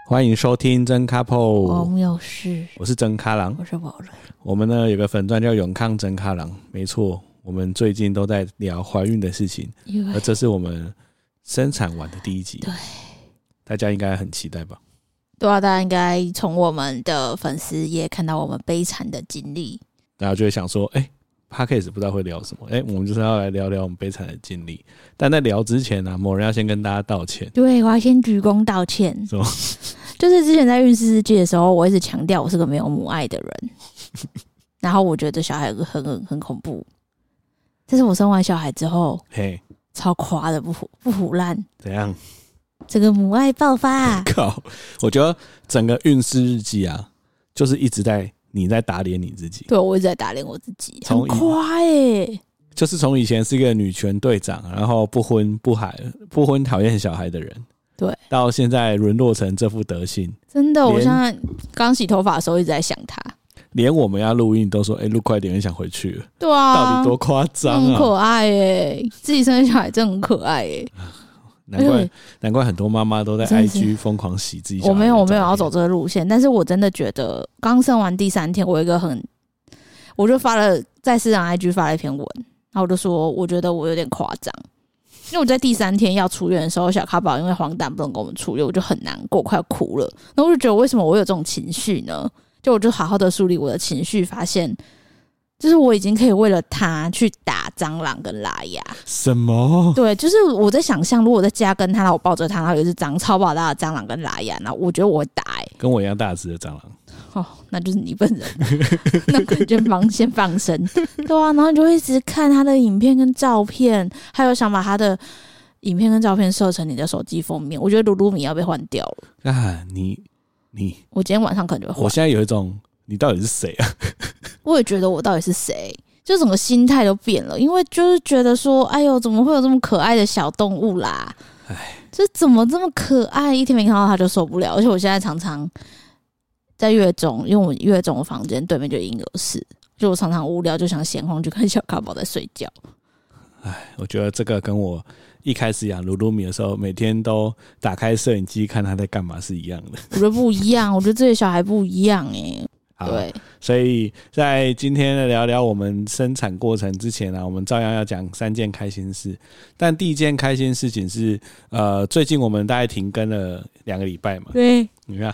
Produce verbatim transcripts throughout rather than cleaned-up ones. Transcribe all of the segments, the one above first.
欢迎收听真 couple， 我们有事， 我是真咖郎， 我是宝瑞。 我们呢有个粉专叫永康真咖郎，没错，我们最近都在聊怀孕的事情，而这是我们生产完的第一集， 对， 大家应该很期待吧？ 对啊，大家应该从我们的粉丝页看到我们悲惨的经历， 大家就会想说，哎、欸、，Podcast 不知道会聊什么？哎、欸，我们就是要来聊聊我们悲惨的经历。但在聊之前呢、啊，某人要先跟大家道歉。 对，我要先鞠躬道歉。 什么？ 就是之前在孕世界的时候，我一直强调我是个没有母爱的人，然后我觉得小孩很很很恐怖。但是我生完小孩之后， 嘿， 超夸的不不唬烂， 怎样？ 这个母爱爆发、啊。 靠！我觉得整个孕世日记啊，就是一直在你在打脸你自己。 对，我一直在打脸我自己，很夸耶、欸。 就是从以前是一个女权队长，然后不婚不孩不婚讨厌小孩的人， 对， 到现在沦落成这副德性。真的，我现在刚洗头发的时候一直在想他。连我们要录音都说，哎、欸，录快点，很想回去了。 对啊， 到底多夸张啊！ 很可爱耶、欸，自己生的小孩真的很可愛耶、欸。 难怪难怪很多妈妈都在 I G 疯狂洗自己小孩。 我没有我没有要走这个路线，但是我真的觉得刚生完第三天，我有一个很，我就发了在私人 I G 发了一篇文，然后我就说我觉得我有点夸张，因为我在第三天要出院的时候，小咖宝因为黄疸不能跟我们出院，我就很难过，快要哭了。然后我就觉得为什么我有这种情绪呢？就我就好好的梳理我的情绪，发现就是我已经可以为了他去打蟑螂跟拉牙。 什么？对， 就是我在想象，如果我在家跟他，然后我抱着他，然后有一只蟑超爆大的蟑螂跟拉牙，然后我觉得我会打、欸， 跟我一样大只的蟑螂。 哦，那就是你本人，那可能就放先放生，对啊，然后你就会一直看他的影片跟照片，还有想把他的影片跟照片设成你的手机封面。我觉得鲁鲁米要被换掉了啊！你你， 我今天晚上可能就会换。 我现在有一种，你到底是谁啊？ 我也觉得我到底是谁，就整个心态都变了，因为就是觉得说，哎呦，怎么会有这么可爱的小动物啦？哎，这怎么这么可爱？一天没看到它就受不了，而且我现在常常在月中，因为我月中的房间对面就婴儿室，就我常常无聊就想闲晃去看小咖宝在睡觉。 哎，我觉得这个跟我一开始养鲁鲁米的时候，每天都打开摄影机看他在干嘛是一样的。 我觉得不一样，我觉得这些小孩不一样哎、欸。对， 所以在今天聊聊我们生产过程之前啊，我们照样要讲三件开心事。但第一件开心事情是，呃，最近我们大概停更了两个礼拜嘛。 对， 你看，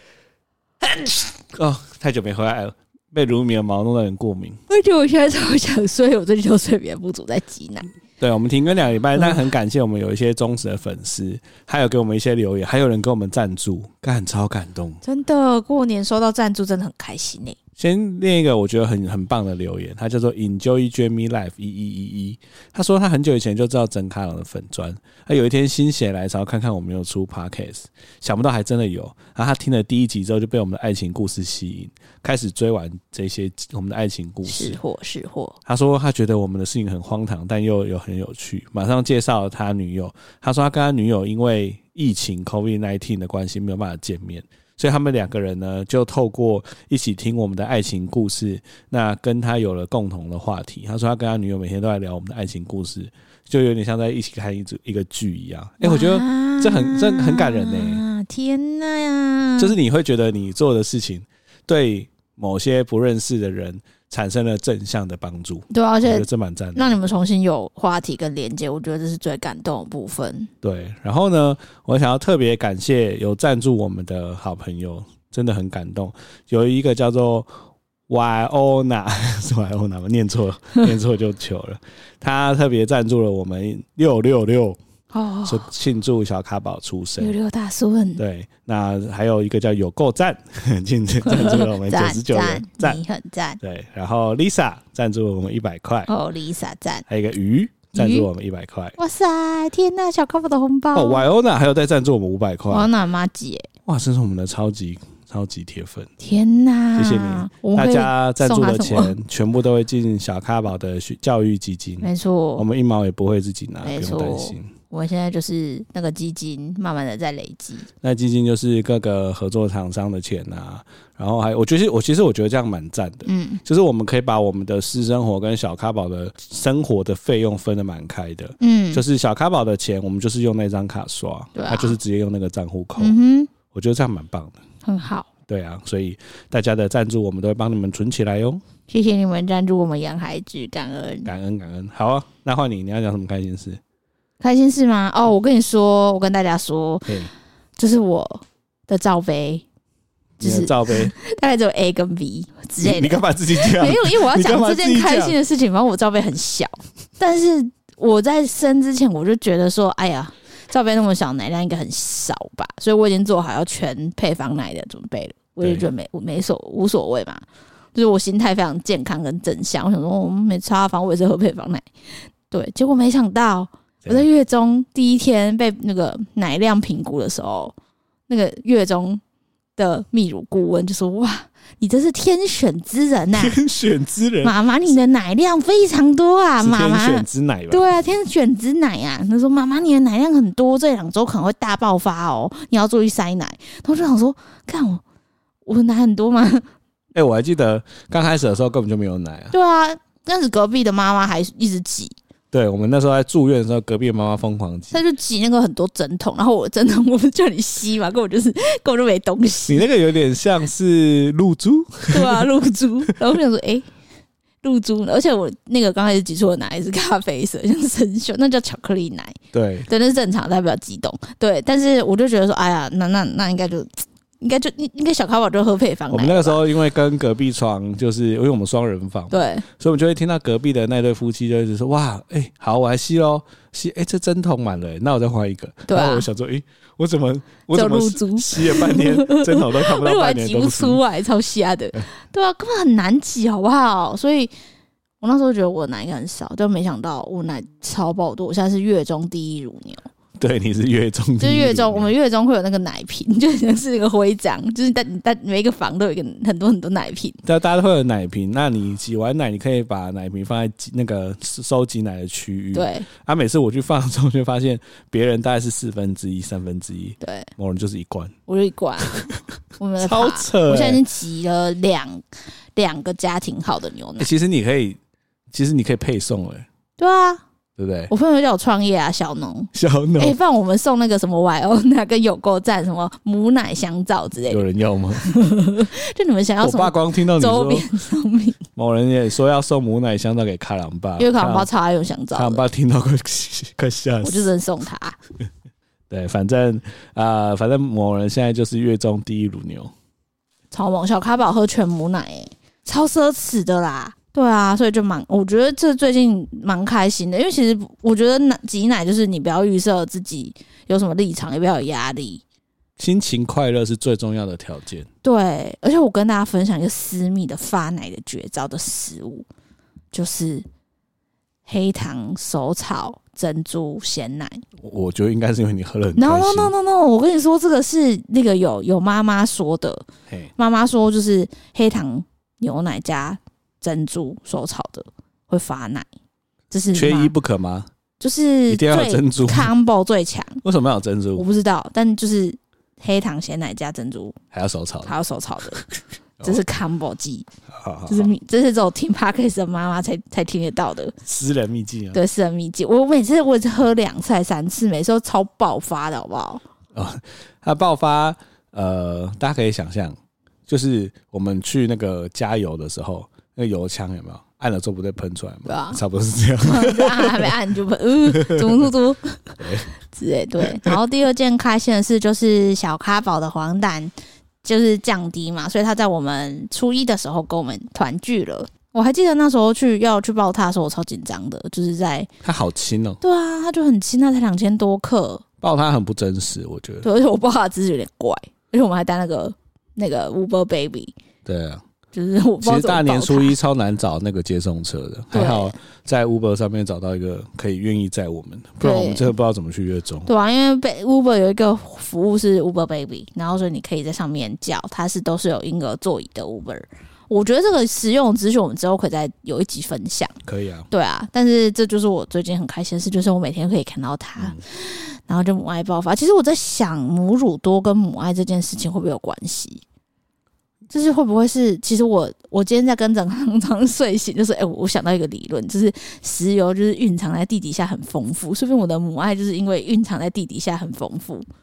哦，太久没回来了，被鲁米的毛弄得很过敏。 而且我现在超想睡，我最近就睡眠不足，在挤奶。 对，我们停更两个礼拜，但很感谢我们有一些忠实的粉丝，还有给我们一些留言，还有人给我们赞助，干超感动。 真的，过年收到赞助真的很开心耶。 先念一个我觉得很很棒的留言，他叫做 Enjoy Jamie Life 一一一一，他说他很久以前就知道真咖郎的粉专，他有一天心血来潮看看我们有出 Podcast， 想不到还真的有，然后他听了第一集之后就被我们的爱情故事吸引，开始追完这些我们的爱情故事。 是货是货。 他说他觉得我们的事情很荒唐，但又有很有趣，马上介绍了他女友。他说他跟他女友因为疫情 COVID 十九 的关系没有办法见面，所以他们两个人呢，就透过一起听我们的爱情故事，那跟他有了共同的话题。他说他跟他女友每天都在聊我们的爱情故事，就有点像在一起看一一个剧一样。哎、欸，我觉得这很这很感人呢、欸。 天哪呀！ 就是你会觉得你做的事情对某些不认识的人产生了正向的帮助。 对，而且我觉得这蛮赞的， 让你们重新有话题跟连接，我觉得这是最感动的部分。 对，然后呢，我想要特别感谢有赞助我们的好朋友，真的很感动。有一个叫做 Yona 是 Yona 吗？念错了，念错就糗了。他特别赞助了我们六六六。哦，说庆祝小咖宝出生， 六六大孙。 对，那还有一个叫有够赞，庆祝赞助了我们九十九元， 赞，你很赞。 对，然后 Lisa 赞助了我们一百块， 哦 ，Lisa 赞。 还有一个鱼赞助我们一百块， 哇塞，天哪，小咖宝的红包。 哦 ，Yona 还有再赞助我们五百块 ，Yona 妈姐， 哇，这是我们的超级超级铁粉， 天哪， 谢谢你！大家赞助的钱全部都会进小咖宝的教育基金， 没错， 我们一毛也不会自己拿，不用担心。 我们现在就是那个基金慢慢的在累积， 那基金就是各个合作厂商的钱啊，然后还我觉得我其实我觉得这样蛮赞的，嗯，就是我们可以把我们的私生活跟小咖宝的生活的费用分得蛮开的，嗯，就是小咖宝的钱我们就是用那张卡刷，对啊，他就是直接用那个账户扣，嗯哼， 我觉得这样蛮棒的， 很好。 对啊，所以大家的赞助我们都会帮你们存起来哟。 谢谢你们赞助我们养孩子，感恩感恩感恩。好啊，那换你，你要讲什么开心事？ 开心事吗？哦，我跟你说，我跟大家说，这是我的罩杯，就是罩杯， 大概只有 A 跟 B 之类的。 你干嘛自己讲？ 没有，因为我要讲这件开心的事情。反正我罩杯很小，但是我在生之前我就觉得说，哎呀，罩杯那么小，奶量应该很少吧，所以我已经做好要全配方奶的准备了。我也觉得没没所无所谓嘛，就是我心态非常健康跟正向。我想说，我、哦、没差，反正我也是喝配方奶。对，结果没想到我在月中第一天被那个奶量评估的时候，那个月中的泌乳顾问就说：“哇，你这是天选之人呐、啊！ 天选之人， 妈妈你的奶量非常多啊，妈妈天选之奶吧？ 对啊，天选之奶啊！他说妈妈你的奶量很多，这两周可能会大爆发哦，你要注意塞奶。”然后我就想说，看我。我的奶很多吗？ 哎、欸，我还记得刚开始的时候根本就没有奶啊。 对啊，但是隔壁的妈妈还一直挤。 对，我们那时候在住院的时候，隔壁的妈妈疯狂挤， 她就挤那个很多针筒，然后我的针筒我不是叫你吸嘛，根本就是根本就没东西。 你那个有点像是露珠， 对啊，露珠。然后我想说，哎、欸，露珠，而且我那个刚开始挤出的奶是咖啡色，像生锈，那叫巧克力奶。 对， 对，那是正常，代表激动。对，但是我就觉得说，哎呀，那那那应该就。应该就应该小咖宝就喝配方奶。 我们那个时候因为跟隔壁床，就是因为我们双人房， 对， 所以我们就会听到隔壁的那对夫妻就一直说：“哇，哎、欸，好，我还吸咯，吸，哎、欸，这针筒满了、欸，那我再换一个。” 对、啊， 然后我想说：“哎、欸，我怎么我怎么吸了半天，针筒都看不到半年的东西， 我还挤不出来，超瞎的。对啊，根本很难挤，好不好？所以我那时候觉得我奶应该很少，但没想到我奶超爆多。我现在是月中第一乳牛。 对，你是月中， 就是月中，我们月中会有那个奶瓶，就像是那个徽章，就是在在每一个房都有一个很多很多奶瓶。 对，大家都会有奶瓶。那你挤完奶，你可以把奶瓶放在那个收集奶的区域。 对， 啊，每次我去放的时候，就发现别人大概是四分之一、三分之一， 对， 某人就是一罐， 我就一罐，我们超扯、欸。 我现在已经挤了两两个家庭号的牛奶。 欸、其实你可以，其实你可以配送了、欸。 对啊。 对不对？ 我朋友叫我创业啊，小农， 小农， 哎、欸，不然我们送那个什么 Y O 那跟有购站什么母奶香皂之类的， 有人要吗？ 就你们想要什么？ 我爸光听到你说周边商品， 某人也说要送母奶香皂给卡郎爸， 因为卡郎爸超爱用香皂， 卡郎爸听到快快吓死， 我就真送他。 对，反正啊、呃，反正某人现在就是月中第一乳牛， 超猛！小咖宝喝全母奶、欸，超奢侈的啦。对啊，所以就蛮，我觉得这最近蛮开心的，因为其实我觉得奶挤奶就是你不要预设自己有什么立场，也不要有压力， 心情快乐是最重要的条件。 对，而且我跟大家分享一个私密的发奶的绝招的食物，就是黑糖手炒珍珠鲜奶。 我觉得应该是因为你喝了很开心。 No no no no no， 我跟你说，这个是那个有有妈妈说的，妈妈说就是黑糖牛奶加珍珠手炒的会发奶，这是缺一不可吗？ 就是一定要有珍珠 ，combo 最强。 为什么要有珍珠？ 我不知道，但就是黑糖鲜奶加珍珠， 还要手炒的， 还要手炒的，这是 combo 技， 好好好， 就是这是这种听 podcast 的妈妈才才听得到的私人秘籍啊。 对，私人秘籍。我每次我也是喝两次、三次，每次都超爆发的，好不好？ 哦，它爆发，呃，大家可以想象，就是我们去那个加油的时候。那个油枪有没有按了之后不会喷出来吗？ 对啊， 差不多是这样。 按还没按就喷，呃，怎么突突之类对。然后第二件开心的事就是小咖宝的黄疸就是降低嘛，所以他在我们初一的时候跟我们团聚了。我还记得那时候去要去抱他的时候，我超紧张的，就是在他好轻哦。 对啊，他就很轻，他才两千多克， 抱他很不真实，我觉得。 对，而且我抱他的姿势有点怪，而且我们还带那个那个 Uber Baby。 对啊。 就是我其实大年初一超难找那个接送车的，还好在 Uber 上面找到一个可以愿意载我们的，不然我们真的不知道怎么去月中。 对啊，因为 Uber 有一个服务是 Uber Baby， 然后所以你可以在上面叫，它是都是有婴儿座椅的 Uber。我觉得这个实用资讯我们之后可以再有一集分享。 可以啊， 对啊，但是这就是我最近很开心的事，就是我每天可以看到它，嗯、然后就母爱爆发。其实我在想，母乳多跟母爱这件事情会不会有关系？就是会不会是，其实我我今天在跟整行常睡醒，就是哎、欸，我想到一个理论，就是石油就是蕴藏在地底下很丰富，说不定我的母爱就是因为蕴藏在地底下很丰富，然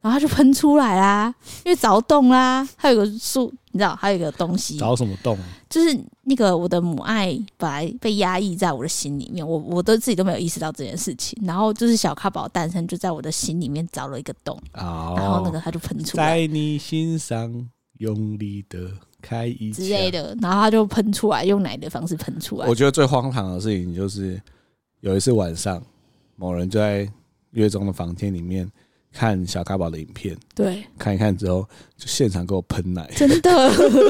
然后它就喷出来啦，因为凿洞啦，还有个树，你知道，还有一个东西。 凿什么洞？ 就是那个我的母爱本来被压抑在我的心里面，我我都自己都没有意识到这件事情。然后就是小咖宝诞生，就在我的心里面凿了一个洞， 哦、 然后那个它就喷出来， 在你心上用力的开一枪之类的，然后它就喷出来，用奶的方式喷出来。 我觉得最荒唐的事情就是有一次晚上，某人就在月中的房间里面看小咖宝的影片， 对， 看一看之后就现场给我喷奶， 真的。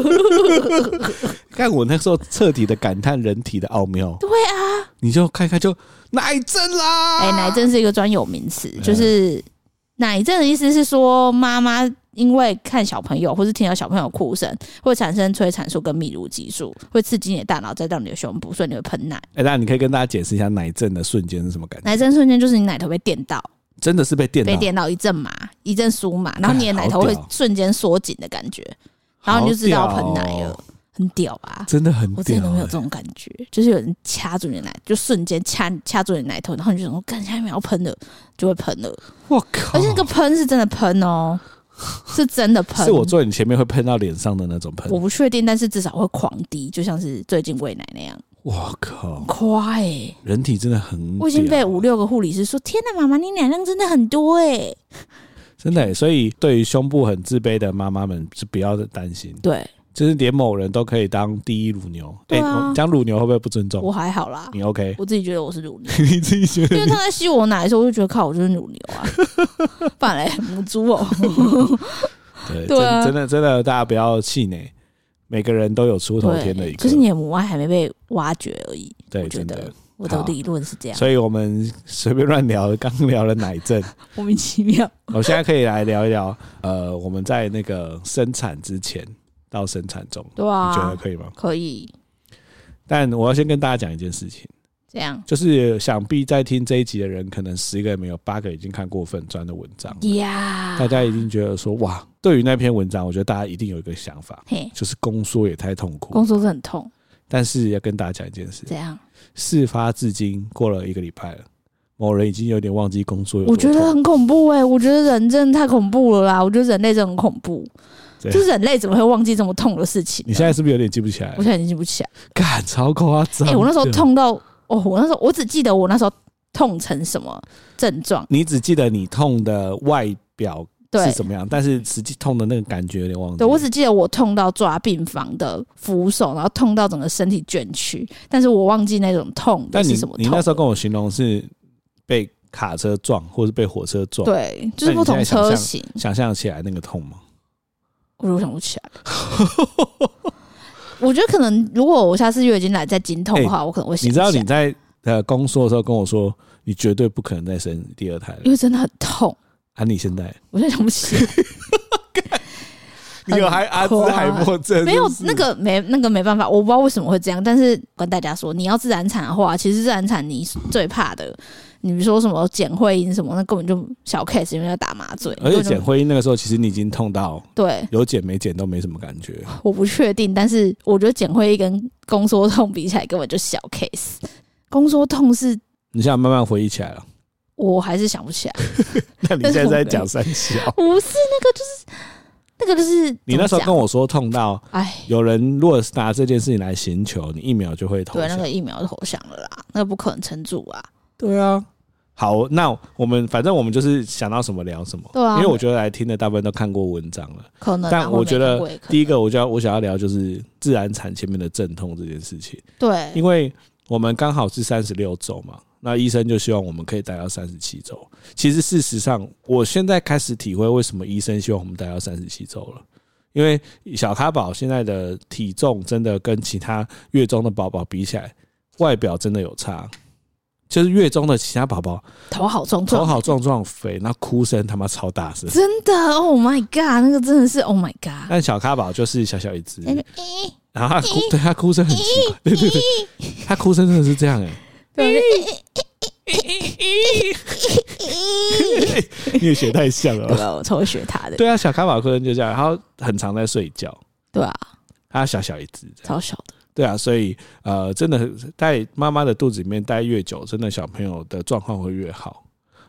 看我那时候彻底的感叹人体的奥妙。 对啊， 你就看一看就奶症啦。 哎、欸，奶症是一个专有名词，就是奶症的意思是说妈妈因为看小朋友或是听到小朋友哭声，会产生催产素跟泌乳激素，会刺激你的大脑，再到你的胸部，所以你会喷奶。 哎、欸，那你可以跟大家解释一下奶症的瞬间是什么感觉？ 奶症瞬间就是你奶头被电到。 真的是被电到， 被电到一阵麻，一阵酥麻，然后你的奶头会瞬间缩紧的感觉，然后你就知道喷奶了，很屌吧？ 真的很屌、欸， 我之前都没有这种感觉，就是有人掐住你的奶，就瞬间掐掐住你的奶头，然后你就想说，干，下面要喷了，就会喷了。 我靠！ 而且那个喷是真的喷哦，是真的喷， 是我坐你前面会喷到脸上的那种喷， 我不确定，但是至少会狂滴，就像是最近喂奶那样。 我靠， 快欸！ 人体真的很， 我已经被五六个护理师说：“天哪，妈妈，你奶量真的很多哎！” 真的欸，所以对于胸部很自卑的妈妈们是不要担心。 对， 就是连某人都可以当第一乳牛。 对啊， 讲乳牛会不会不尊重？ 我还好啦， 你 OK？ 我自己觉得我是乳牛， 你自己觉得？ 因为他在吸我奶的时候，我就觉得靠，我就是乳牛啊，不然嘞，母猪哦。 对， 对啊， 真的真的，大家不要气馁。每个人都有出头天的一个， 就是你的母爱还没被挖掘而已。 对， 我觉得真的， 我的理论是这样。 所以我们随便乱聊，刚聊了奶症， 莫名其妙。 我现在可以来聊一聊，呃，我们在那个生产之前到生产中， 对啊， 你觉得可以吗？ 可以。 但我要先跟大家讲一件事情， 这样就是想必在听这一集的人，可能十个没有八个已经看过粉专的文章呀， 大家一定觉得说，哇，对于那篇文章，我觉得大家一定有一个想法， 嘿， 就是宫缩也太痛苦， 宫缩是很痛。 但是要跟大家讲一件事， 这样事发至今过了一个礼拜了，某人已经有点忘记宫缩有多痛。 我觉得很恐怖哎、欸，我觉得人真的太恐怖了啦！我觉得人类真的很恐怖，就是人类怎么会忘记这么痛的事情？ 你现在是不是有点记不起来？ 我现在已经记不起来， 干超夸张！ 哎、欸，我那时候痛到哦，我那时候我只记得我那时候痛成什么症状， 你只记得你痛的外表是怎么样，但是实际痛的那个感觉有点忘记。 对，我只记得我痛到抓病房的扶手，然后痛到整个身体卷曲，但是我忘记那种痛的是什么痛。 但你你那时候跟我形容是被卡车撞，或是被火车撞， 对，就是不同车型。 想象起来那个痛吗？ 我都想不起来。我觉得可能，如果我下次月经来再经痛的话，欸、我可能会想。 你知道你在呃宫缩的时候跟我说，你绝对不可能再生第二胎了， 因为真的很痛。 啊，你现在？ 我现在想不起来。 你有还阿兹海默症？ 没有，那个没那个没办法，我不知道为什么会这样。但是跟大家说，你要自然产的话，其实自然产你最怕的，你说什么剪会阴什么，那根本就小 case，因为要打麻醉。 而且剪会阴那个时候，其实你已经痛到对有剪没剪都没什么感觉。 我不确定，但是我觉得剪会阴跟宫缩痛比起来，根本就小 case。宫缩痛是， 你现在慢慢回忆起来了。 我还是想不起来。 那你现在在讲三小？ 不是那个，就是那个，就是你那时候跟我说痛到， 哎， 有人如果是拿这件事情来寻求，你一秒就会投降。 对，那个一秒就投降了啦，那个不可能撑住啊。 对啊，好，那我们反正我们就是想到什么聊什么。 对啊， 因为我觉得来听的大部分都看过文章了， 可能。 但我觉得第一个，我就要我想要聊就是自然产前面的阵痛这件事情。 对， 因为我们刚好是三十六周嘛。那医生就希望我们可以待到三十七周。其实事实上，我现在开始体会为什么医生希望我们待到三十七周了。因为小咖宝现在的体重真的跟其他月中的宝宝比起来，外表真的有差。就是月中的其他宝宝头好壮壮， 头好壮壮肥，然后哭声他妈超大声， 真的 ，Oh my god， 那个真的是 Oh my god。 但小咖宝就是小小一只，然后他哭，对他哭声很奇怪，对对对，他哭声真的是这样哎、欸。对，你也学太像了， 对吧？我超会学他的。 对啊，小咖宝哭声就这样，然后很常在睡觉。 对啊， 他小小一只， 超小的。 对啊，所以呃，真的在妈妈的肚子里面待越久，真的小朋友的状况会越好。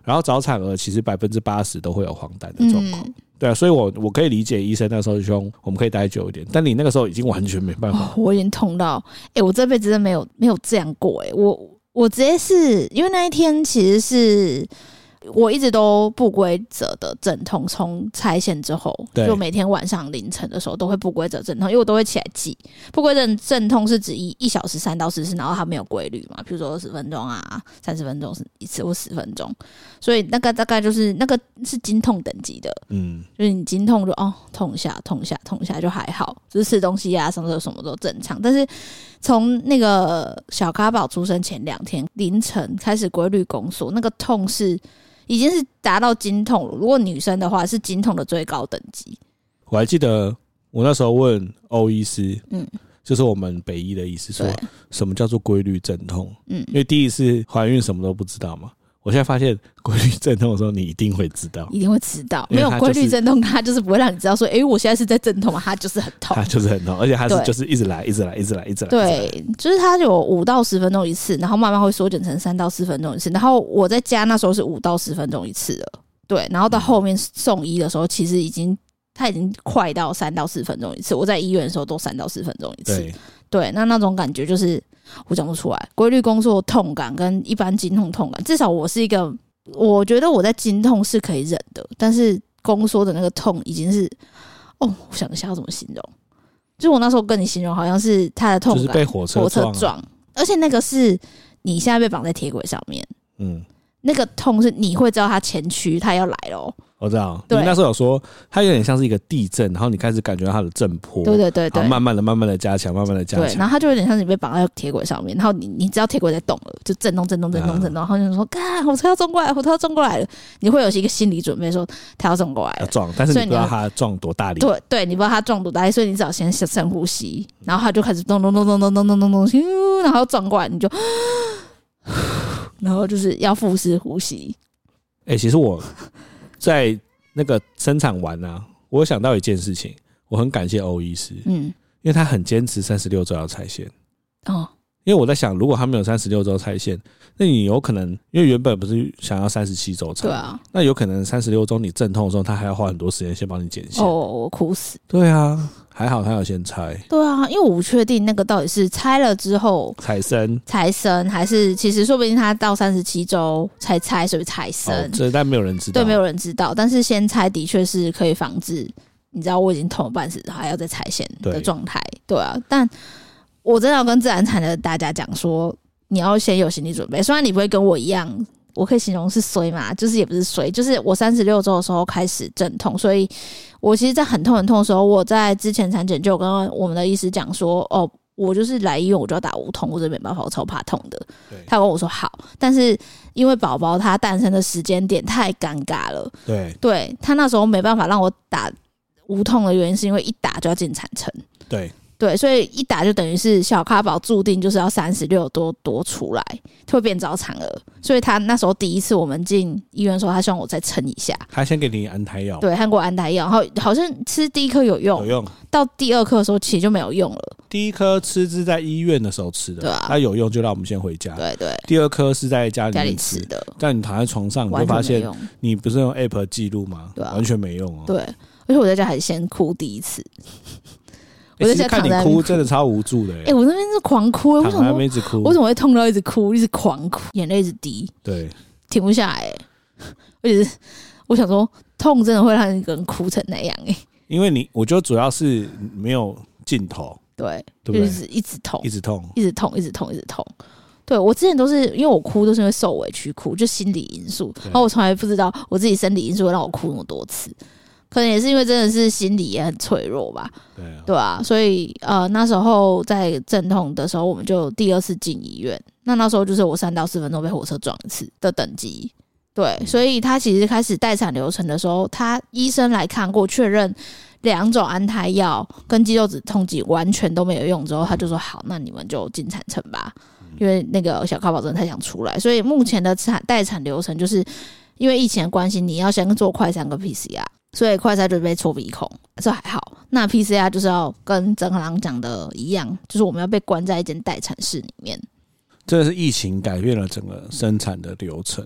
然后早产儿其实百分之八十都会有黄疸的状况。嗯，对啊，所以我我可以理解医生那时候就说我们可以待久一点，但你那个时候已经完全没办法。 哦，我已经痛到，哎、欸，我这辈子真的没有没有这样过、欸，哎，我我直接是因为那一天其实是。我一直都不规则的阵痛，从拆线之后，就每天晚上凌晨的时候都会不规则阵痛，因为我都会起来记。不规则阵痛是指一一小时三到四次，然后它没有规律嘛，比如说二十分钟啊、三十分钟是一次或十分钟，所以那个大概就是那个是经痛等级的，嗯，就是你经痛就哦痛一下、痛一下、痛一下就还好，就是吃东西啊、上厕所什么都正常。但是从那个小咖宝出生前两天凌晨开始规律宫缩，那个痛是。已经是达到经痛了，如果女生的话是经痛的最高等级。 我还记得我那时候问欧医师，嗯，就是我们北医的医师说什么叫做规律阵痛，嗯，因为第一次怀孕什么都不知道嘛。我现在发现规律阵痛的时候，你一定会知道， 一定会知道。没有规律阵痛，它就是不会让你知道说，哎、欸，我现在是在阵痛嘛，它就是很痛， 它就是很痛，而且它是就是一直来，一直来，一直来，一直来。 对，就是它有五到十分钟一次，然后慢慢会缩减成三到四分钟一次。然后我在家那时候是五到十分钟一次了，对。然后到后面送医的时候，其实已经它已经快到三到四分钟一次。我在医院的时候都三到四分钟一次，对。对，那那种感觉就是我讲不出来，规律宫缩痛感跟一般经痛痛感，至少我是一个。我觉得我在经痛是可以忍的，但是宫缩的那个痛已经是，哦，我想一下要怎么形容，就是我那时候跟你形容好像是他的痛感， 就是被火车撞，火车撞， 而且那个是你现在被绑在铁轨上面，嗯，那个痛是你会知道他前驱，他要来咯。 我知道，你那时候有说，它有点像是一个地震，然后你开始感觉到它的震波， 对对对对， 慢慢的、慢慢的加强，慢慢的加强， 对，然后它就有点像是你被绑在铁轨上面，然后你你知道铁轨在动了，就震动、震动、震动、震动，然后就说，干，火车要撞过来，火车要撞过来了，你会有一个心理准备，说它要撞过来了， 要撞，但是你不知道它撞多大力， 对对，你不知道它撞多大力，所以你只好先深呼吸，然后它就开始咚咚咚咚咚咚咚咚咚，然后撞过来，你就，然后就是要腹式呼吸。 哎、欸，其实我在。那个生产完啊，我有想到一件事情，我很感谢欧医师，嗯，因为他很坚持三十六周要拆线，哦，因为我在想，如果他没有三十六周拆线，那你有可能，因为原本不是想要三十七周拆，对啊，那有可能三十六周你阵痛的时候，他还要花很多时间先帮你剪线， 哦，我哭死， 对啊。还好他有先拆， 对啊，因为我不确定那个到底是拆了之后才生才生，还是其实说不定他到三十七周才拆，所以才生。哦， 这但没有人知道， 对，没有人知道。但是先拆的确是可以防止，你知道我已经痛了半死，还要再拆线的状态，对啊。但我真的要跟自然产的大家讲说，你要先有心理准备。虽然你不会跟我一样。我可以形容是衰嘛，就是也不是衰，就是我三十六周的时候开始阵痛，所以我其实在很痛很痛的时候，我在之前产检就跟我们的医师讲说，哦，我就是来医院我就要打无痛，我真没办法，我超怕痛的。他跟我说好，但是因为宝宝他诞生的时间点太尴尬了，对，对他那时候没办法让我打无痛的原因是因为一打就要进产程，对。对，所以一打就等于是小咖宝注定就是要三十六多多出来，会变早产儿。所以他那时候第一次我们进医院的时候，他希望我再撑一下。 他先给你安胎药， 对，他给我安胎药，然后好像吃第一颗有用，有用。到第二颗的时候，其实就没有用了。 第一颗吃是在医院的时候吃的，对啊，他有用就让我们先回家。 对对。 第二颗是在家里面吃的， 但你躺在床上，你会发现你不是用 app 记录吗？对啊，完全没用哦。 对，而且我在家还先哭第一次。 我在家看你哭，真的超无助的。哎、 欸，我那边是狂哭，为什么？ 一直哭， 为什么会痛到一直哭，一直狂哭，眼泪一直滴， 对， 停不下来。而且是我想说，痛真的会让一个人哭成那样哎。 因为你，我觉得主要是没有尽头， 对， 对不对？ 就是一直痛， 一直痛， 一直痛，一直痛，一直痛。对，我之前都是因为我哭都是因为受委屈哭，就心理因素，然后我从来不知道我自己生理因素会让我哭那么多次。可能也是因为真的是心理也很脆弱吧，对啊，对啊，所以呃那时候在阵痛的时候，我们就第二次进医院。那那时候就是我三到四分钟被火车撞一次的等级，对，所以他其实开始待产流程的时候，他医生来看过确认两种安胎药跟肌肉止痛剂完全都没有用之后，他就说好，那你们就进产程吧，因为那个小咖宝真的太想出来，所以目前的产待产流程就是因为疫情的关系，你要先做快筛跟 P C R。所以快筛就被戳鼻孔，这还好。那 P C R 就是要跟曾行郎讲的一样，就是我们要被关在一间待产室里面。 这是疫情改变了整个生产的流程。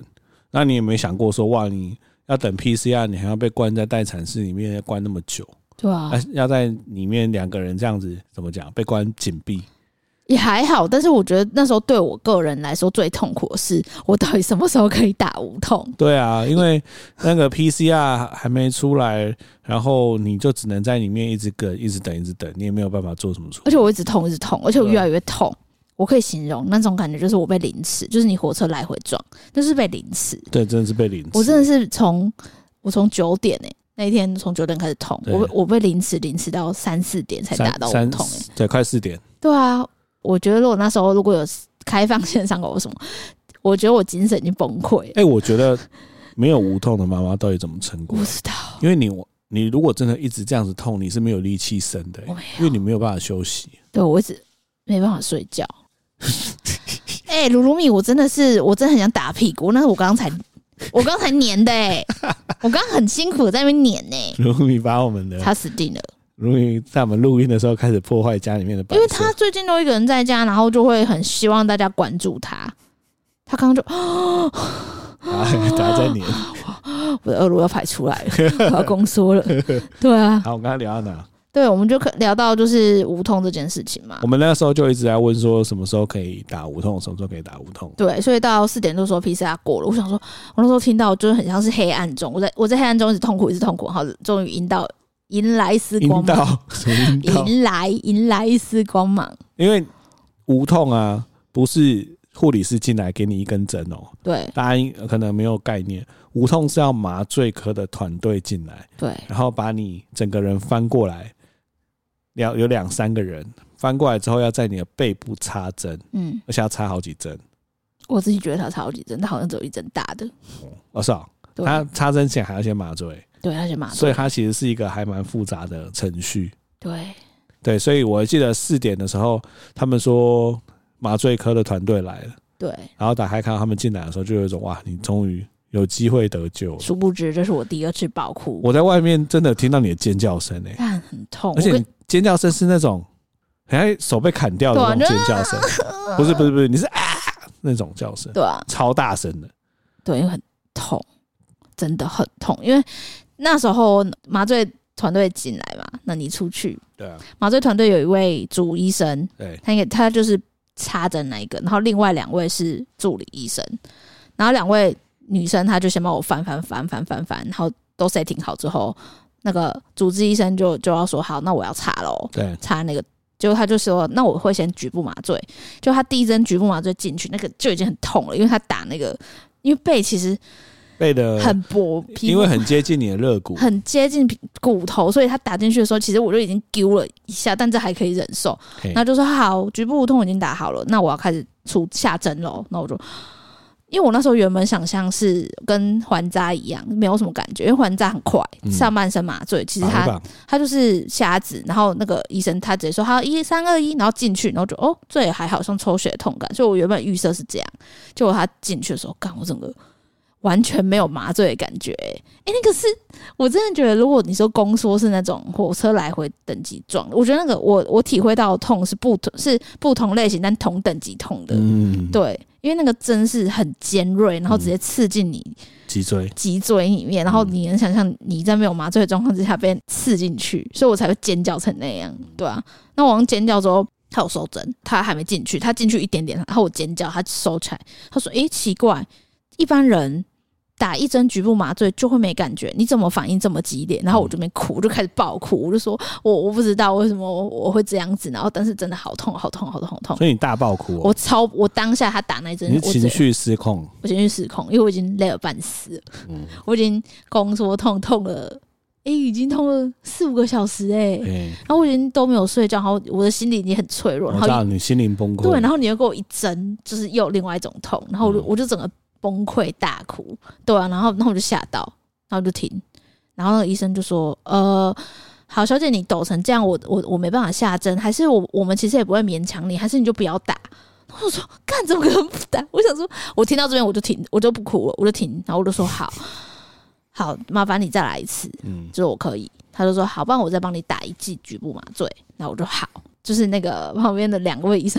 那你有没有想过说，哇，你要等 P C R， 你还要被关在待产室里面关那么久？ 对啊， 要在里面两个人这样子怎么讲，被关紧闭？ 也还好，但是我觉得那时候对我个人来说最痛苦的是，我到底什么时候可以打无痛？ 对啊，因为那个 P C R 还没出来，然后你就只能在里面一直等，一直等，一直等，你也没有办法做什么处理。 而且我一直痛，一直痛，而且我越来越痛。我可以形容那种感觉，就是我被凌迟，就是你火车来回撞，那是被凌迟。 对，真的是被凌迟。 我真的是从我从九点哎、欸，那一天从九点开始痛，我我被凌迟，凌迟到三四点才打到无痛哎、欸， 对，快四点。 对啊。我觉得如果那时候如果有开放线上狗什么，我觉得我精神已经崩溃。哎、 欸，我觉得没有无痛的妈妈到底怎么撑过？ 不知道，因为你你如果真的一直这样子痛，你是没有力气生的、欸，因为你没有办法休息。 对，我一直没办法睡觉。哎、欸，鲁鲁米，我真的是，我真的很想打屁股。那是我刚刚才，我刚才粘的哎、欸，我刚刚很辛苦的在那边粘呢、欸。 鲁鲁米把我们的他死定了。 鲁米在我们录音的时候开始破坏家里面的摆设， 因为他最近都一个人在家，然后就会很希望大家关注他。他刚刚就啊， 打在你， 我的恶露要排出来了，我要宫缩了。对啊， 好，我刚才聊到哪？ 对，我们就聊到就是无痛这件事情嘛。 我们那时候就一直在问说，什么时候可以打无痛，什么时候可以打无痛？ 对，所以到四点多说 P C R 过了，我想说，我那时候听到就是很像是黑暗中，我在我在黑暗中一直痛苦，一直痛苦，然后终于迎到。迎来一丝光芒，迎来迎来一丝光芒。 因为无痛啊，不是护理师进来给你一根针哦。 对， 大家可能没有概念，无痛是要麻醉科的团队进来， 对， 然后把你整个人翻过来，两有两三个人翻过来之后，要在你的背部插针，嗯，而且要插好几针。 我自己觉得他插好几针，他好像只有一针大的。 哦，是啊，他插针前还要先麻醉。 对，他先麻醉， 所以它其实是一个还蛮复杂的程序。 对对，所以我记得四点的时候，他们说麻醉科的团队来了， 对， 然后打开看到他们进来的时候，就有一种哇，你终于有机会得救了。 殊不知，这是我第二次爆哭。 我在外面真的听到你的尖叫声诶、 欸，很痛， 而且尖叫声是那种好像手被砍掉的那种尖叫声，啊、不是不是不是，你是啊那种叫声， 对啊， 超大声的， 对，因为很痛，真的很痛，因为。那时候麻醉团队进来嘛，那你出去， 对啊， 麻醉团队有一位主医生， 对， 他应该他就是插针那一个，然后另外两位是助理医生，然后两位女生他就先帮我翻翻翻翻翻翻，然后都 setting 好之后，那个主治医生就就要说好，那我要插咯， 对， 插那个，结果他就说那我会先局部麻醉，就他第一针局部麻醉进去，那个就已经很痛了，因为他打那个，因为背其实。 背的很薄， 因为很接近你的肋骨， 很接近骨头，所以他打进去的时候，其实我就已经丢了一下，但这还可以忍受。然后就说好，局部无痛已经打好了，那我要开始出下针喽。那我就，因为我那时候原本想象是跟环扎一样，没有什么感觉，因为环扎很快，嗯、上半身麻醉，其实他他就是瞎子，然后那个医生他直接说好一三二一，然后进去，然后就哦，这也还好像抽血的痛感，所以我原本预设是这样，结果他进去的时候，干我整个。完全没有麻醉的感觉、欸，哎、欸，那个是我真的觉得，如果你说宫缩是那种火车来回等级状，我觉得那个我我体会到的痛是不同是不同类型但同等级痛的，嗯，对，因为那个针是很尖锐，然后直接刺进你脊椎脊椎里面，然后你能想象你在没有麻醉的状况之下被刺进去，所以我才会尖叫成那样，对啊，那我尖叫之后。他有收针，他还没进去，他进去一点点，然后我尖叫，他收起来，他说：“诶，奇怪，一般人打一针局部麻醉就会没感觉，你怎么反应这么激烈？”然后我就没哭，我就开始爆哭，我就说：“我我不知道为什么我我会这样子。”然后但是真的好痛，好痛，好痛，好痛。 所以你大爆哭、哦， 我超我当下他打那一针， 你情绪失控， 我情绪失控，因为我已经累了半死了，嗯、我已经宫缩痛痛了。哎、欸，已经痛了四五个小时哎、欸，欸、然后我已经都没有睡觉，然后我的心里已经很脆弱，然后我知道你心灵崩溃， 对，然后你又给我一针，就是又另外一种痛，然后我就、嗯、我就整个崩溃大哭，对啊，然后然后我就吓到，然后就停，然后那个医生就说，呃，好，小姐你抖成这样，我我我没办法下针，还是我我们其实也不会勉强你，还是你就不要打。然后我说，干怎么可能不打？我想说，我听到这边我就停，我就不哭了，我就停，然后我就说好。好，麻烦你再来一次，嗯，就是我可以，他就说好，不然我再帮你打一剂局部麻醉，然后我就好，就是那个旁边的两位医生，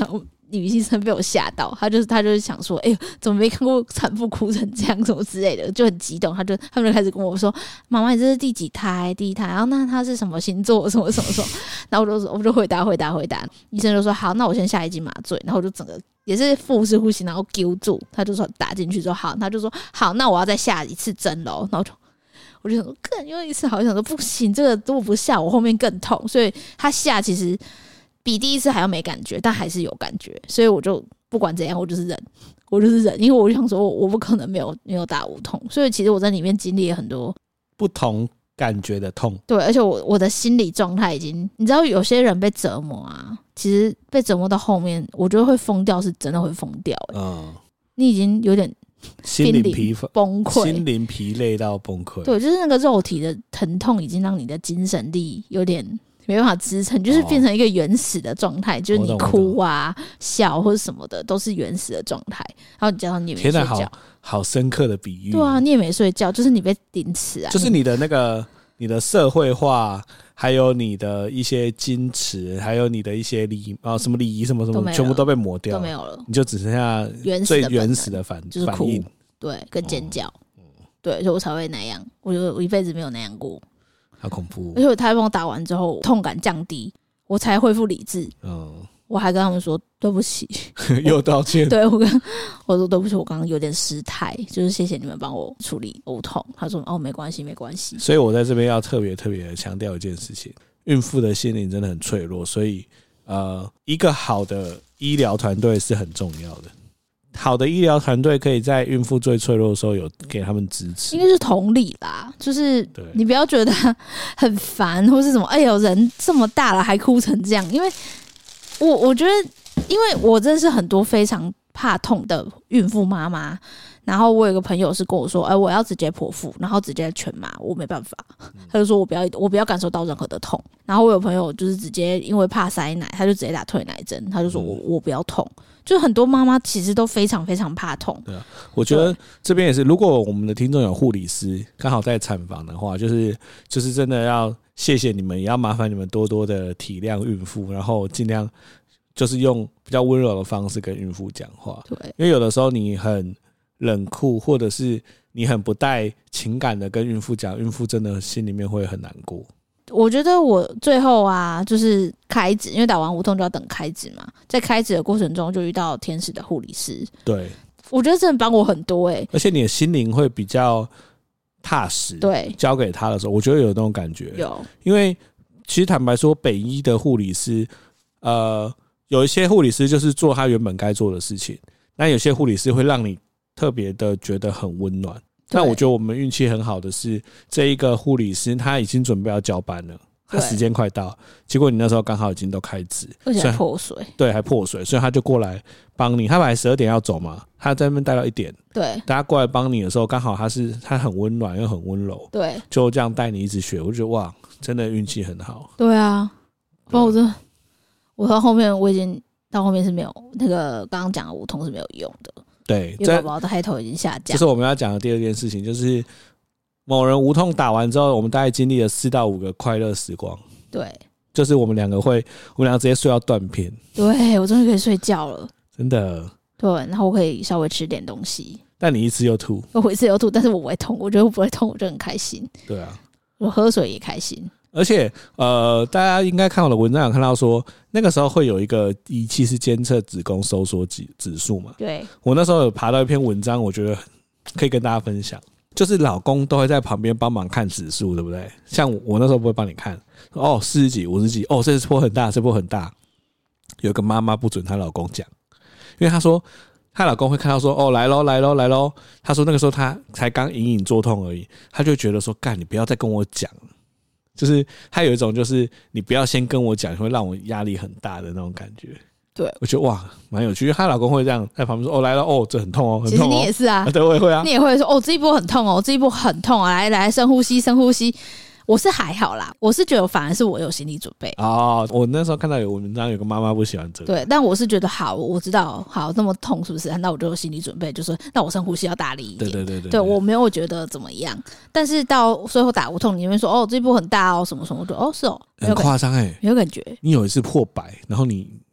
女医生被我吓到，她就是她就是想说，哎、欸，怎么没看过产妇哭成这样，什么之类的，就很激动。她就他们就开始跟我说，妈妈，你这是第几胎？第一胎，然后那她是什么星座？什么什么什么？然后我就我就回答回答回答，医生就说好，那我先下一剂麻醉，然后我就整个也是腹式呼吸，然后揪住，他就说打进去之后好，他就说好，那我要再下一次针喽，然后就。我就想说，更又一次好像想说不行，这个如果不下，我后面更痛，所以他下其实比第一次还要没感觉，但还是有感觉，所以我就不管怎样，我就是忍，我就是忍，因为我就想说，我不可能没有没有打无痛，所以其实我在里面经历了很多不同感觉的痛。 对，而且我我的心理状态已经，你知道，有些人被折磨啊，其实被折磨到后面，我觉得会疯掉，是真的会疯掉、欸。嗯，你已经有点。 心灵疲崩溃， 心灵疲累到崩溃。 对，就是那个肉体的疼痛已经让你的精神力有点没办法支撑，就是变成一个原始的状态、哦，就是你哭啊、笑或者什么的都是原始的状态。然后你加上你也没睡觉，天哪， 好好深刻的比喻。 对啊，你也没睡觉，就是你被凌迟啊， 就是你的那个你的社会化。还有你的一些矜持，还有你的一些礼啊，什么礼仪什么什么，全部都被抹掉了， 都没有了， 你就只剩下最原始的反就是反应， 对，跟尖叫，哦、对，所以我才会那样。我觉得我一辈子没有那样过， 好恐怖。 而且我台风打完之后，痛感降低，我才恢复理智。嗯，我还跟他们说对不起， 又道歉。 对我跟我说对不起，我刚刚有点失态，就是谢谢你们帮我处理呕痛。他说哦，没关系，没关系。 所以我在这边要特别特别强调一件事情：孕妇的心灵真的很脆弱，所以呃，一个好的医疗团队是很重要的。好的医疗团队可以在孕妇最脆弱的时候有给他们支持， 应该是同理啦，就是你不要觉得很烦或是什么，哎呦，人这么大了还哭成这样，因为我我觉得，因为我认识很多非常怕痛的孕妇妈妈，然后我有一个朋友是跟我说，哎、欸，我要直接剖腹，然后直接全麻，我没办法，他就说我不要，我不要感受到任何的痛。然后我有朋友就是直接因为怕塞奶，他就直接打退奶针，他就说我我不要痛。就很多妈妈其实都非常非常怕痛。 对啊，我觉得这边也是，如果我们的听众有护理师刚好在产房的话，就是就是真的要谢谢你们，也要麻烦你们多多的体谅孕妇，然后尽量就是用比较温柔的方式跟孕妇讲话。 对， 因为有的时候你很冷酷，或者是你很不带情感的跟孕妇讲，孕妇真的心里面会很难过。 我觉得我最后啊，就是开指，因为打完无痛就要等开指嘛，在开指的过程中就遇到天使的护理师， 对， 我觉得真的帮我很多哎、欸， 而且你的心灵会比较踏实。 对，交给他的时候，我觉得有那种感觉。 有， 因为其实坦白说，北医的护理师，呃，有一些护理师就是做他原本该做的事情，那有些护理师会让你特别的觉得很温暖。但我觉得我们运气很好的是，这一个护理师他已经准备要交班了，他时间快到，结果你那时候刚好已经都开指， 而且还破水， 对，还破水，所以他就过来帮你。他本来十二点要走嘛，他在那边待到一点， 对， 大家过来帮你的时候，刚好他是他很温暖又很温柔， 对， 就这样带你一直学，我就觉得哇，真的运气很好。 对啊，不然我真的，我到后面我已经到后面是没有那个刚刚讲的无痛是没有用的。 对， 因为宝宝的黑头已经下降， 这是我们要讲的第二件事情，就是某人无痛打完之后，我们大概经历了四到五个快乐时光。 对， 就是我们两个会，我们两个直接睡到断片。 对，我终于可以睡觉了， 真的。 对，然后我可以稍微吃点东西。 但你一吃又吐， 我一次又吐，但是我不会痛，我觉得我不会痛，我就很开心。 对啊， 我喝水也开心。 而且呃，大家应该看我的文章有看到说，那个时候会有一个仪器是监测子宫收缩指指数嘛。 对， 我那时候有爬到一篇文章，我觉得可以跟大家分享，就是老公都会在旁边帮忙看指数，对不对？像我那时候不会帮你看，哦，四十几、五十几，哦，这波很大，这波很大。有个妈妈不准她老公讲，因为她说她老公会看到说，哦，来咯来咯来咯。她说那个时候她才刚隐隐作痛而已，她就觉得说，干，你不要再跟我讲。就是他有一种就是你不要先跟我讲，会让我压力很大的那种感觉。 对， 我觉得哇蛮有趣，因为她老公会这样在旁边说，哦来了，哦这很痛哦，很痛哦。 其实你也是啊， 对，我也会啊， 你也会说哦这一波很痛哦，这一波很痛啊，来来深呼吸深呼吸。我是还好啦，我是觉得反而是我有心理准备哦。我那时候看到有文章，有个妈妈不喜欢这个， 对，但我是觉得好，我知道好那么痛是不是？那我就有心理准备，就是那我深呼吸要大力一点。 对对对 对, 对，我没有觉得怎么样，但是到最后打无痛，你们说哦这一波很大哦什么什么，我就哦是哦， 很夸张哎， 没有感觉。 你有一次破百，然后你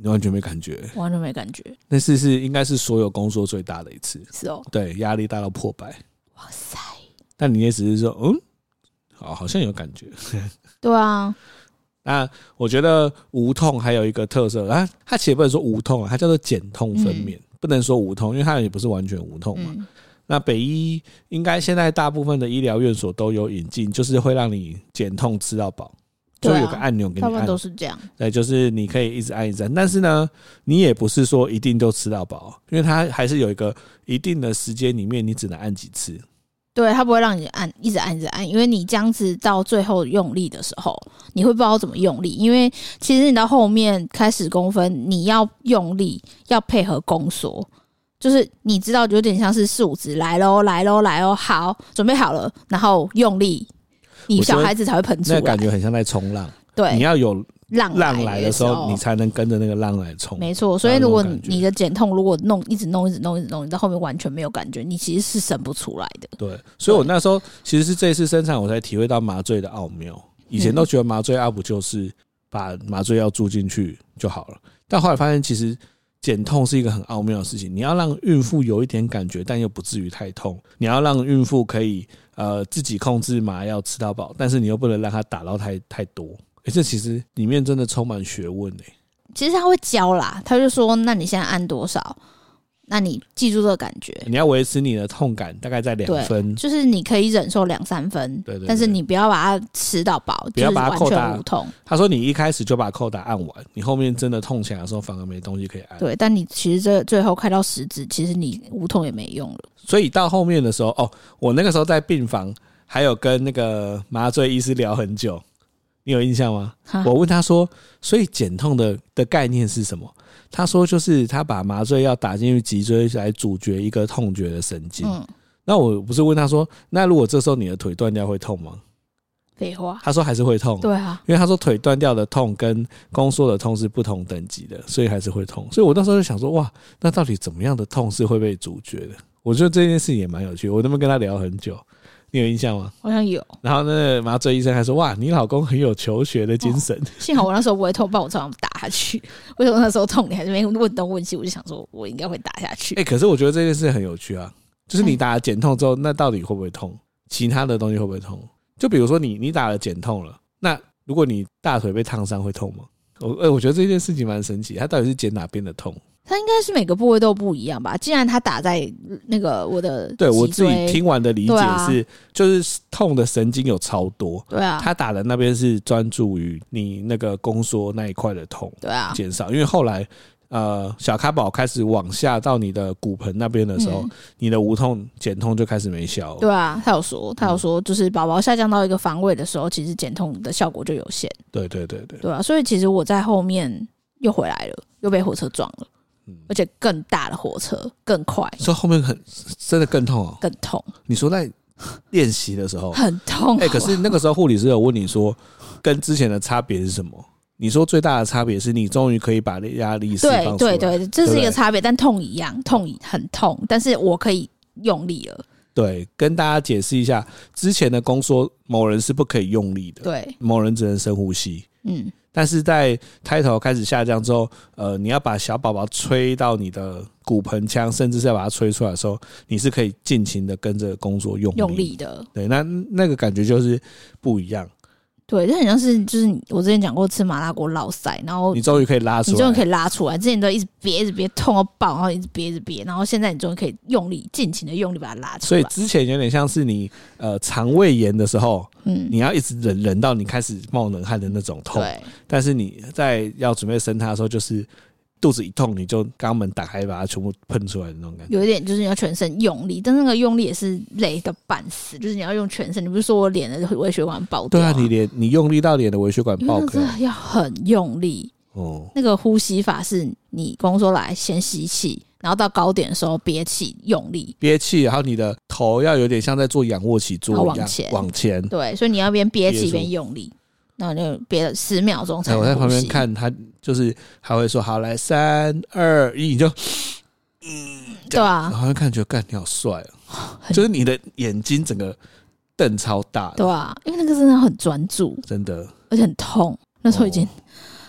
你完全没感觉？ 完全没感觉。 那次是应该是所有工作最大的一次。 是哦。 对，压力大到破百。 哇塞！ 但你也只是说，嗯，好，好像有感觉。 对啊。 那我觉得无痛还有一个特色啊，它其实不能说无痛啊，它叫做减痛分娩、嗯，不能说无痛，因为它也不是完全无痛嘛。嗯、那北医应该现在大部分的医疗院所都有引进，就是会让你减痛吃到饱，就有个按钮给你按，大部分都是这样。 对，就是你可以一直按一直按，但是呢，你也不是说一定都吃到饱，因为它还是有一个一定的时间里面，你只能按几次。 对，他不会让你按一直按一直按，因为你这样子到最后用力的时候，你会不知道怎么用力，因为其实你到后面开始公分，你要用力要配合宫缩，就是你知道有点像是四五指来咯来咯来咯，好，准备好了，然后用力，你小孩子才会喷出来。 那感觉很像在冲浪， 对， 你要有浪浪来的时候，你才能跟着那个浪来冲。 没错，所以如果你的减痛如果弄一直弄一直弄一直弄，你到后面完全没有感觉，你其实是生不出来的。 对，所以我那时候其实是这一次生产，我才体会到麻醉的奥妙。以前都觉得麻醉药不就是把麻醉药注进去就好了，但后来发现其实减痛是一个很奥妙的事情。你要让孕妇有一点感觉，但又不至于太痛；你要让孕妇可以呃自己控制麻药吃到饱，但是你又不能让她打到太太多。欸、这其实里面真的充满学问欸。 其实他会教啦，他就说那你现在按多少，那你记住这个感觉， 你要维持你的痛感大概在两分， 就是你可以忍受两三分，对对对，但是你不要把它吃到饱， 不要把它扣打， 就是完全无痛。 他说你一开始就把扣打按完，你后面真的痛起来的时候反而没东西可以按。 对，但你其实这最后开到十指，其实你无痛也没用了。 所以到后面的时候，哦，我那个时候在病房还有跟那个麻醉医师聊很久。你有印象吗？我问他说，所以减痛的的概念是什么？他说就是他把麻醉药打进去脊椎来阻绝一个痛觉的神经。嗯，那我不是问他说，那如果这时候你的腿断掉会痛吗？ 废话， 他说还是会痛。 对啊， 因为他说腿断掉的痛跟宫缩的痛是不同等级的，所以还是会痛。所以我那时候就想说，哇，那到底怎么样的痛是会被阻绝的？我觉得这件事情也蛮有趣，我那边跟他聊很久。你有印象吗？ 好像有。 然后那个麻醉医生还说：“哇，你老公很有求学的精神。哦” 幸好我那时候不会痛，不然我常常打下去。为什么那时候痛？你还是没问东问西，我就想说，我应该会打下去。 哎、欸，可是我觉得这件事很有趣啊，就是你打了减痛之后，那到底会不会痛？其他的东西会不会痛？就比如说你你打了减痛了，那如果你大腿被烫伤会痛吗？我呃，我觉得这件事情蛮神奇，它到底是减哪边的痛？ 它应该是每个部位都不一样吧？既然它打在那个我的脊椎， 对我自己听完的理解是，啊、就是痛的神经有超多， 对啊， 他打的那边是专注于你那个宫缩那一块的痛， 对啊， 减少。因为后来呃小咖宝开始往下到你的骨盆那边的时候，嗯、你的无痛减痛就开始没效了。 对啊，他有说，他有说，就是宝宝下降到一个防卫的时候，其实减痛的效果就有限。 对对对对， 对啊，所以其实我在后面又回来了，又被火车撞了。而且更大的火车更快， 所以后面很真的更痛哦， 更痛。 你说在练习的时候很痛， 哎、欸，可是那个时候护理师有问你说，跟之前的差别是什么？你说最大的差别是你终于可以把压力释放出来， 对对对，这是一个差别，但痛一样，痛很痛，但是我可以用力了。 对，跟大家解释一下，之前的宫缩，某人是不可以用力的， 对， 某人只能深呼吸， 嗯。 但是在胎头开始下降之后，呃，你要把小宝宝吹到你的骨盆腔，甚至是要把它吹出来的时候，你是可以尽情的跟着工作用力用力的。 对，那那个感觉就是不一样。 对，这很像是就是我之前讲过吃麻辣锅落腮，然后你终于可以拉出来， 你终于可以拉出来。之前都一直憋，一直憋，痛到爆，然后一直憋，一直憋，然后现在你终于可以用力，尽情的用力把它拉出来。 所以之前有点像是你呃肠胃炎的时候，嗯，你要一直忍忍到你开始冒冷汗的那种痛。对，但是你在要准备生它的时候，就是肚子一痛，你就肛门打开，把它全部喷出来的那种感觉。 有一点就是你要全身用力，但那个用力也是累个半死，就是你要用全身。你不是说我脸的微血管爆掉、啊？对啊，你脸你用力到脸的微血管爆开， 要很用力。哦，那个呼吸法是你宫缩来先吸气，然后到高点的时候憋气用力， 憋气，然后你的头要有点像在做仰卧起坐一样往前往前。 对，所以你要边憋气边用力。那就憋了十秒钟才能呼吸。 我在旁边看他，就是还会说：“好，来三二一，你就嗯， 对啊。” 然后看觉得干你好帅啊，就是你的眼睛整个瞪超大的， 对啊，因为那个真的很专注， 真的， 而且很痛。那时候已经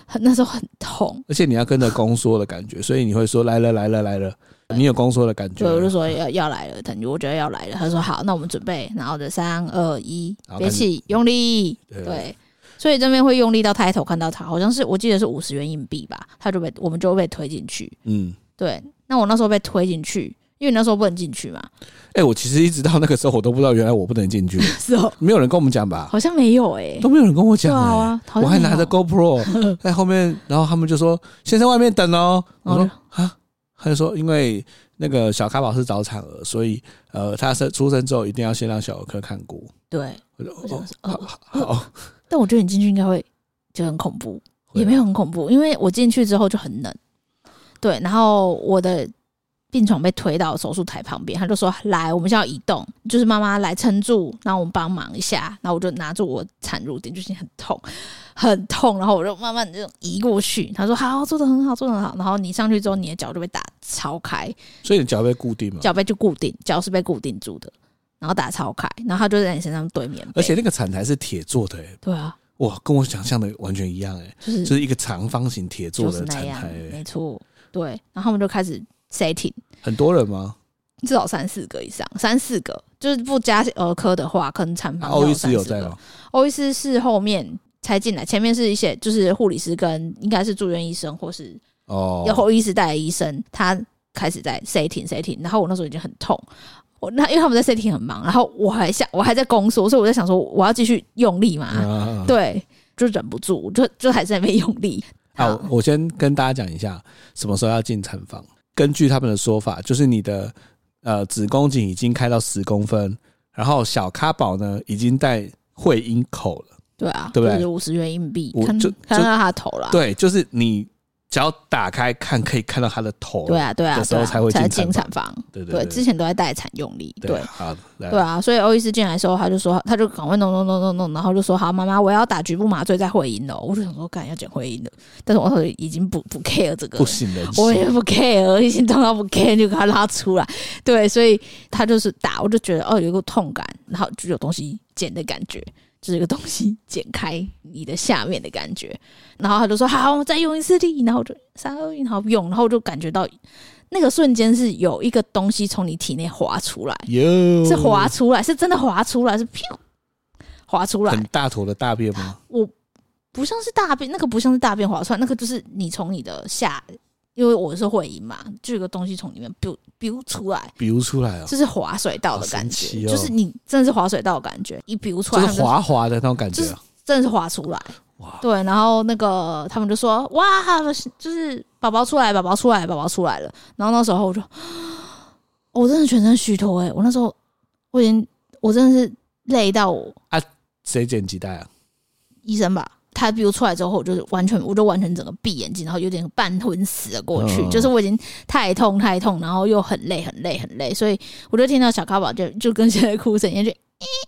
很那时候很痛， 而且你要跟着宫缩的感觉，所以你会说来了来了来了，你有宫缩的感觉。 对，我就说要要来了，等于我觉得要来了。他说好，那我们准备，然后就三二一，憋气，用力。对。对，所以这边会用力到抬头看到他，好像是我记得是五十元硬币吧，他就被我们就被推进去。嗯，对。那我那时候被推进去，因为那时候不能进去嘛。 哎、欸，我其实一直到那个时候，我都不知道原来我不能进去。 是哦， 没有人跟我们讲吧？ 好像没有哎、欸， 都没有人跟我讲、欸。 对啊， 我还拿着 GoPro 在后面，然后他们就说：“先在外面等哦。”我说：“啊。”他就说：“因为那个小咖宝是早产儿，所以呃，他生出生之后一定要先让小儿科看过。” 对， 我就我就说：“ 哦，好。好” 但我觉得你进去应该会就很恐怖，也没有很恐怖，因为我进去之后就很冷。对，然后我的病床被推到手术台旁边，他就说：“来，我们现在要移动，就是妈妈来撑住，然后我们帮忙一下。”然后我就拿住我产褥垫，就是很痛，很痛，然后我就慢慢就移过去。他说：“好，做得很好，做得很好。”然后你上去之后，你的脚就被打超开， 所以你脚被固定吗？ 脚被就固定，脚是被固定住的，然后打超开，然后他就在你身上堆棉被， 而且那个产台是铁做的、欸， 对啊。 哇，跟我想象的完全一样哎、欸，就是就是一个长方形铁做的产台、欸， 没错，对。然后他们就开始 setting， 很多人吗？ 至少三四个以上，三四个，就是不加儿科的话，可能产房欧医师有在吗？ 欧医师是后面才进来，前面是一些就是护理师跟应该是住院医生或是哦，有后医师带的医生，他开始在 setting setting， 然后我那时候已经很痛。我那因为他们在 setting 很忙，然后我还想我还在宫缩，所以我在想说我要继续用力嘛，啊、对，就忍不住，就就还是在那边用力。 好，我先跟大家讲一下什么时候要进产房。根据他们的说法，就是你的呃子宫颈已经开到十公分，然后小咖宝呢已经在会阴口了。 对啊， 对不对？ 五十元硬币，看就看到他的头了。 对，就是你。只要打开看，可以看到他的头。 对啊，对啊， 的时候才会进产房。 对对 对, 对，之前都在待产用力。对， 好， 对啊，所以欧医师进来的时候，他就说，他就赶快弄弄弄弄弄，然后就说，好，妈妈，我要打局部麻醉再会阴了。我就想说，干要剪会阴了，但是我已经不不 care 这个， 不行的， 我也不 care， 已经痛到不 care， 就给他拉出来。对，所以他就是打，我就觉得哦，有一个痛感，然后就有东西剪的感觉。就是一个东西剪开你的下面的感觉，然后他就说好，再用一次力，然后我就三二一，然后用，然后我就感觉到那个瞬间是有一个东西从你体内滑出来，是滑出来，是真的滑出来，是噗滑出来， 很大坨的大便吗？ 我不像是大便，那个不像是大便滑出来，那个就是你从你的下。因为我是会阴嘛，就有个东西从里面飙飙出来， 飙出来哦， 就是滑水道的感觉， 哦、 就是你真的是滑水道的感觉，一飙出来就是滑滑的那种感觉、啊， 就是真的是滑出来。哇，对，然后那个他们就说哇，就是宝宝出来，宝宝出来，宝宝出来了。然后那时候我就，我真的全身虚脱哎、欸，我那时候我已经我真的是累到我啊，谁剪脐带啊？ 医生吧。他比如出来之后，我就完全，我就完全整个闭眼睛，然后有点半昏死了过去，嗯、就是我已经太痛太痛，然后又很累很累很累，所以我就听到小咖宝就就跟现在哭声一样，就，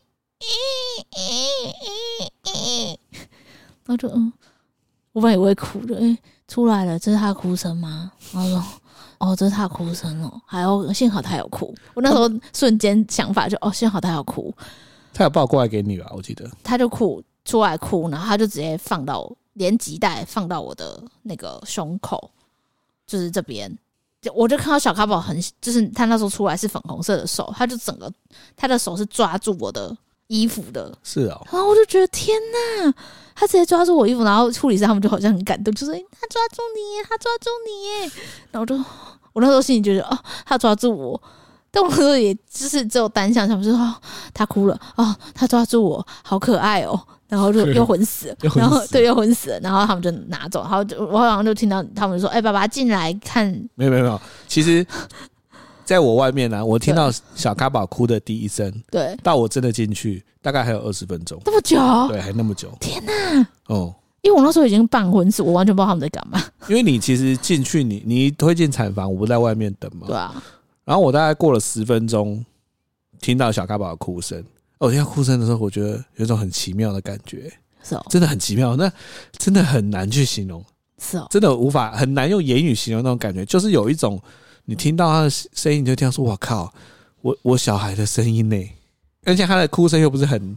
然后就嗯，我本来以为哭的，哎、欸，出来了，这是他的哭声吗？然后说，哦，这是他的哭声哦，还有幸好他有哭，我那时候瞬间想法就，哦，幸好他有哭， 他有抱过来给你吧？我记得他就哭。出来哭，然后他就直接放到连脐带放到我的那个胸口，就是这边，我就看到小咖宝很，就是他那时候出来是粉红色的手，他就整个他的手是抓住我的衣服的， 是哦， 然后我就觉得天哪，他直接抓住我衣服，然后护理师他们就好像很感动，就说、欸、他抓住你耶，他抓住你耶，然后我就我那时候心里觉得哦，他抓住我。但我那时候也就是只有单向想说哦，他哭了哦，他抓住我，好可爱哦，然后就又昏死了，然后对又昏死了，然后他们就拿走，然后就我好像就听到他们说，哎、欸，爸爸进来看， 没有没有没有，其实在我外面呢、啊，我听到小咖宝哭的第一声， 对， 到我真的进去大概还有二十分钟， 那么久， 对，还那么久， 天哪， 哦。 因为我那时候已经半昏死，我完全不知道他们在干嘛。 因为你其实进去，你你推进产房，我不在外面等嘛， 对啊。 然后我大概过了十分钟，听到小咖宝的哭声。哦，听到哭声的时候，我觉得有一种很奇妙的感觉， 是哦， 真的很奇妙，那真的很难去形容， 是哦， 真的无法很难用言语形容那种感觉，就是有一种你听到他的声音，你就听到说，哇靠，我我小孩的声音呢，而且他的哭声又不是很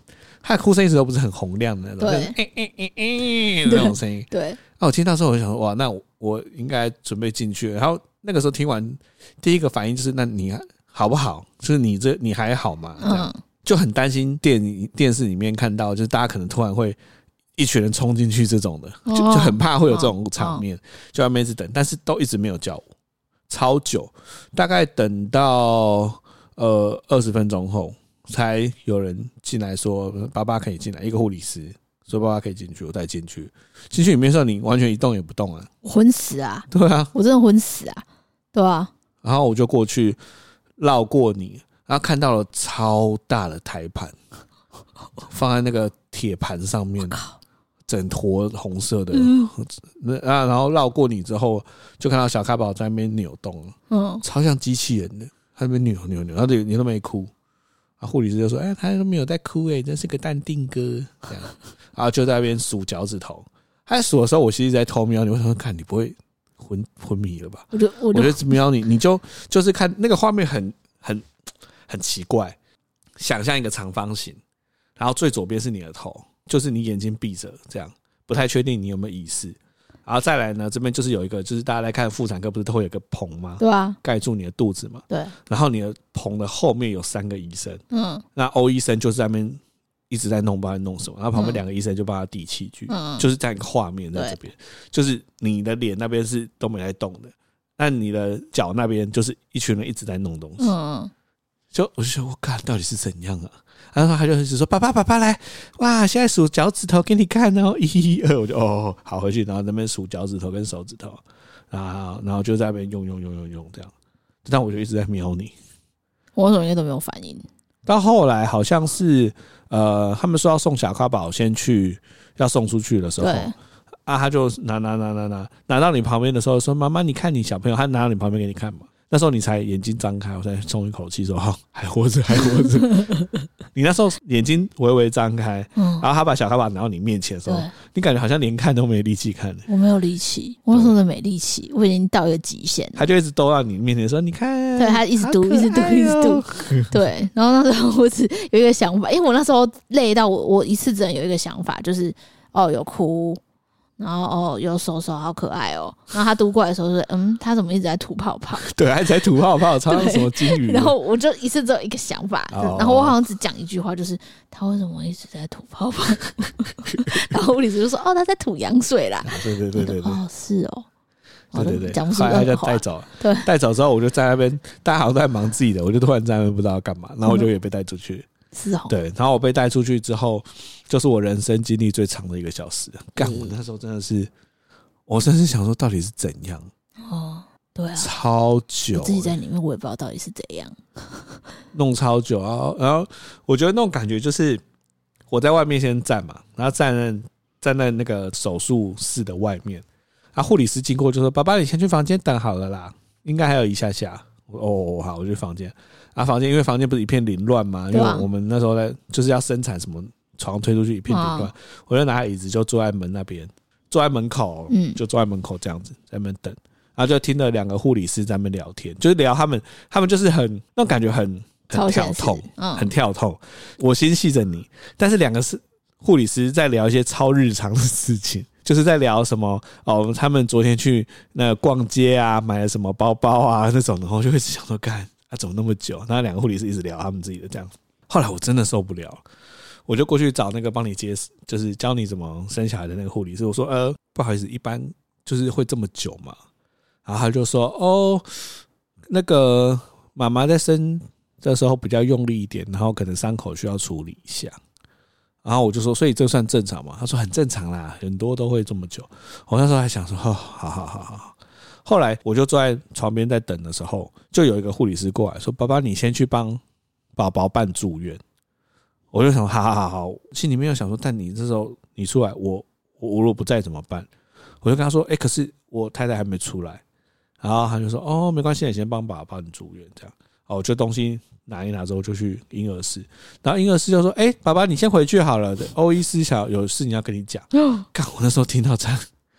他的哭声一直都不是很洪亮的那种，对，欸欸欸欸那种声音。 对， 那我听到之后，我就想说，哇，那我我应该准备进去了。然后那个时候听完，第一个反应就是，那你好不好？就是你这你还好吗？这样、嗯、就很担心电电视里面看到，就是大家可能突然会一群人冲进去这种的，就就很怕会有这种场面，就在那边一直等，但是都一直没有叫我，超久，大概等到呃二十分钟后，才有人进来说爸爸可以进来，一个护理师说爸爸可以进去，我带进去。进去里面的时候，你完全一动也不动啊， 昏死啊！ 对啊， 我真的昏死啊，对啊。然后我就过去绕过你，然后看到了超大的台盘，放在那个铁盘上面，整坨红色的。嗯、然后绕过你之后，就看到小咖宝在那边扭动，嗯，超像机器人的，他那边扭扭扭，然后你都没哭。啊，护理师就说：“哎，他都没有在哭哎、欸，真是个淡定哥。”这样，然后就在那边数脚趾头。他在数的时候，我其实在偷瞄你，我想说看你不会昏昏迷了吧？ 我就我就我就瞄你，你就就是看那个画面很很很奇怪，想象一个长方形，然后最左边是你的头，就是你眼睛闭着，这样不太确定你有没有意识。然后再来呢，这边就是有一个，就是大家来看妇产科，不是都会有一个棚吗？ 对啊， 盖住你的肚子嘛。 对。 然后你的棚的后面有三个医生， 嗯， 那欧医生就是在那边一直在弄，不知道在弄什么。然后旁边两个医生就帮他递器具，嗯，就是这样一个画面在这边，就是你的脸那边是都没在动的，但你的脚那边就是一群人一直在弄东西。嗯，就我就说，我靠，到底是怎样啊？然后他就一直说：“爸爸，爸爸来，哇！现在数脚趾头给你看哦，一、二。”我就哦，好回去，然后那边数脚趾头跟手指头，然后然后就在那边用用用用用这样，但我就一直在瞄你。 我怎么应该都没有反应？ 到后来好像是呃，他们说要送小咖宝先去，要送出去的时候，啊，他就拿拿拿拿拿拿到你旁边的时候说：“妈妈，你看你小朋友。”他拿到你旁边给你看嘛。那时候你才眼睛张开，我才松一口气说：“好，还活着，还活着。”你那时候眼睛微微张开，嗯，然后他把小咖宝拿到你面前的时候，你感觉好像连看都没力气看。 我没有力气，我那时候的没力气，我已经到一个极限。 他就一直兜到你面前说：“你看。” 对，他一直读，一直读，一直读。对，然后那时候我只有一个想法，因为我那时候累到我，我一次只能有一个想法，就是哦，有哭。然后哦，有手手好可爱哦。然后他读过来的时候说：“嗯，他怎么一直在吐泡泡？” 对，还在吐泡泡，超像什么金鱼。 然后我就一次只有一个想法，哦、然后我好像只讲一句话，就是他为什么一直在吐泡泡？然后护理师就说：“哦，他在吐羊水啦。” 对对对对对， 哦，是哦， 对对对， 讲不出来他就带走， 对， 带走之后我就在那边，大家好像都在忙自己的，我就突然在那边不知道要干嘛，然后我就也被带出去。 是哦， 对，然后我被带出去之后，就是我人生经历最长的一个小时。干，我那时候真的是。我甚至想说，到底是怎样？ 哦，对啊， 超久， 我自己在里面，我也不知道到底是怎样， 弄超久。然后，然后我觉得那种感觉就是我在外面先站嘛，然后站在站在那个手术室的外面，啊，护理师经过就说：“爸爸，你先去房间等好了啦，应该还有一下下。”哦，好，我去房间。啊，房间因为房间不是一片凌乱嘛，因为我们那时候在就是要生产什么，床推出去一片凌乱，我就拿椅子就坐在门那边。坐在门口，嗯，就坐在门口这样子，在那边等，然后就听了两个护理师在那边聊天，就是聊他们，他们就是很那种感觉很很跳痛，嗯，很跳痛。我心系着你，但是两个是护理师在聊一些超日常的事情，就是在聊什么哦，他们昨天去那个逛街啊，买了什么包包啊那种，然后就会想说，干啊，怎么那么久？然后两个护理师一直聊他们自己的这样子。后来我真的受不了。我就过去找那个帮你接，就是教你怎么生小孩的那个护理师。我说：“呃，不好意思，一般就是会这么久嘛？”然后他就说：“哦，那个妈妈在生的时候比较用力一点，然后可能伤口需要处理一下。”然后我就说：“所以这算正常吗？”他说：“很正常啦，很多都会这么久。”我那时候还想说：“哦，好好好好。”后来我就坐在床边在等的时候，就有一个护理师过来说：“爸爸，你先去帮宝宝办住院。”我就想，好好好好，心里面又想说，但你这时候你出来，我我我如果不在怎么办？我就跟他说，哎、欸，可是我太太还没出来，然后他就说，哦，没关系，你先帮爸爸帮你住院这样。哦，我就东西拿一拿之后就去婴儿室，然后婴儿室就说，哎、欸，爸爸你先回去好了，欧医师想有事情要跟你讲。干，我那时候听到这样，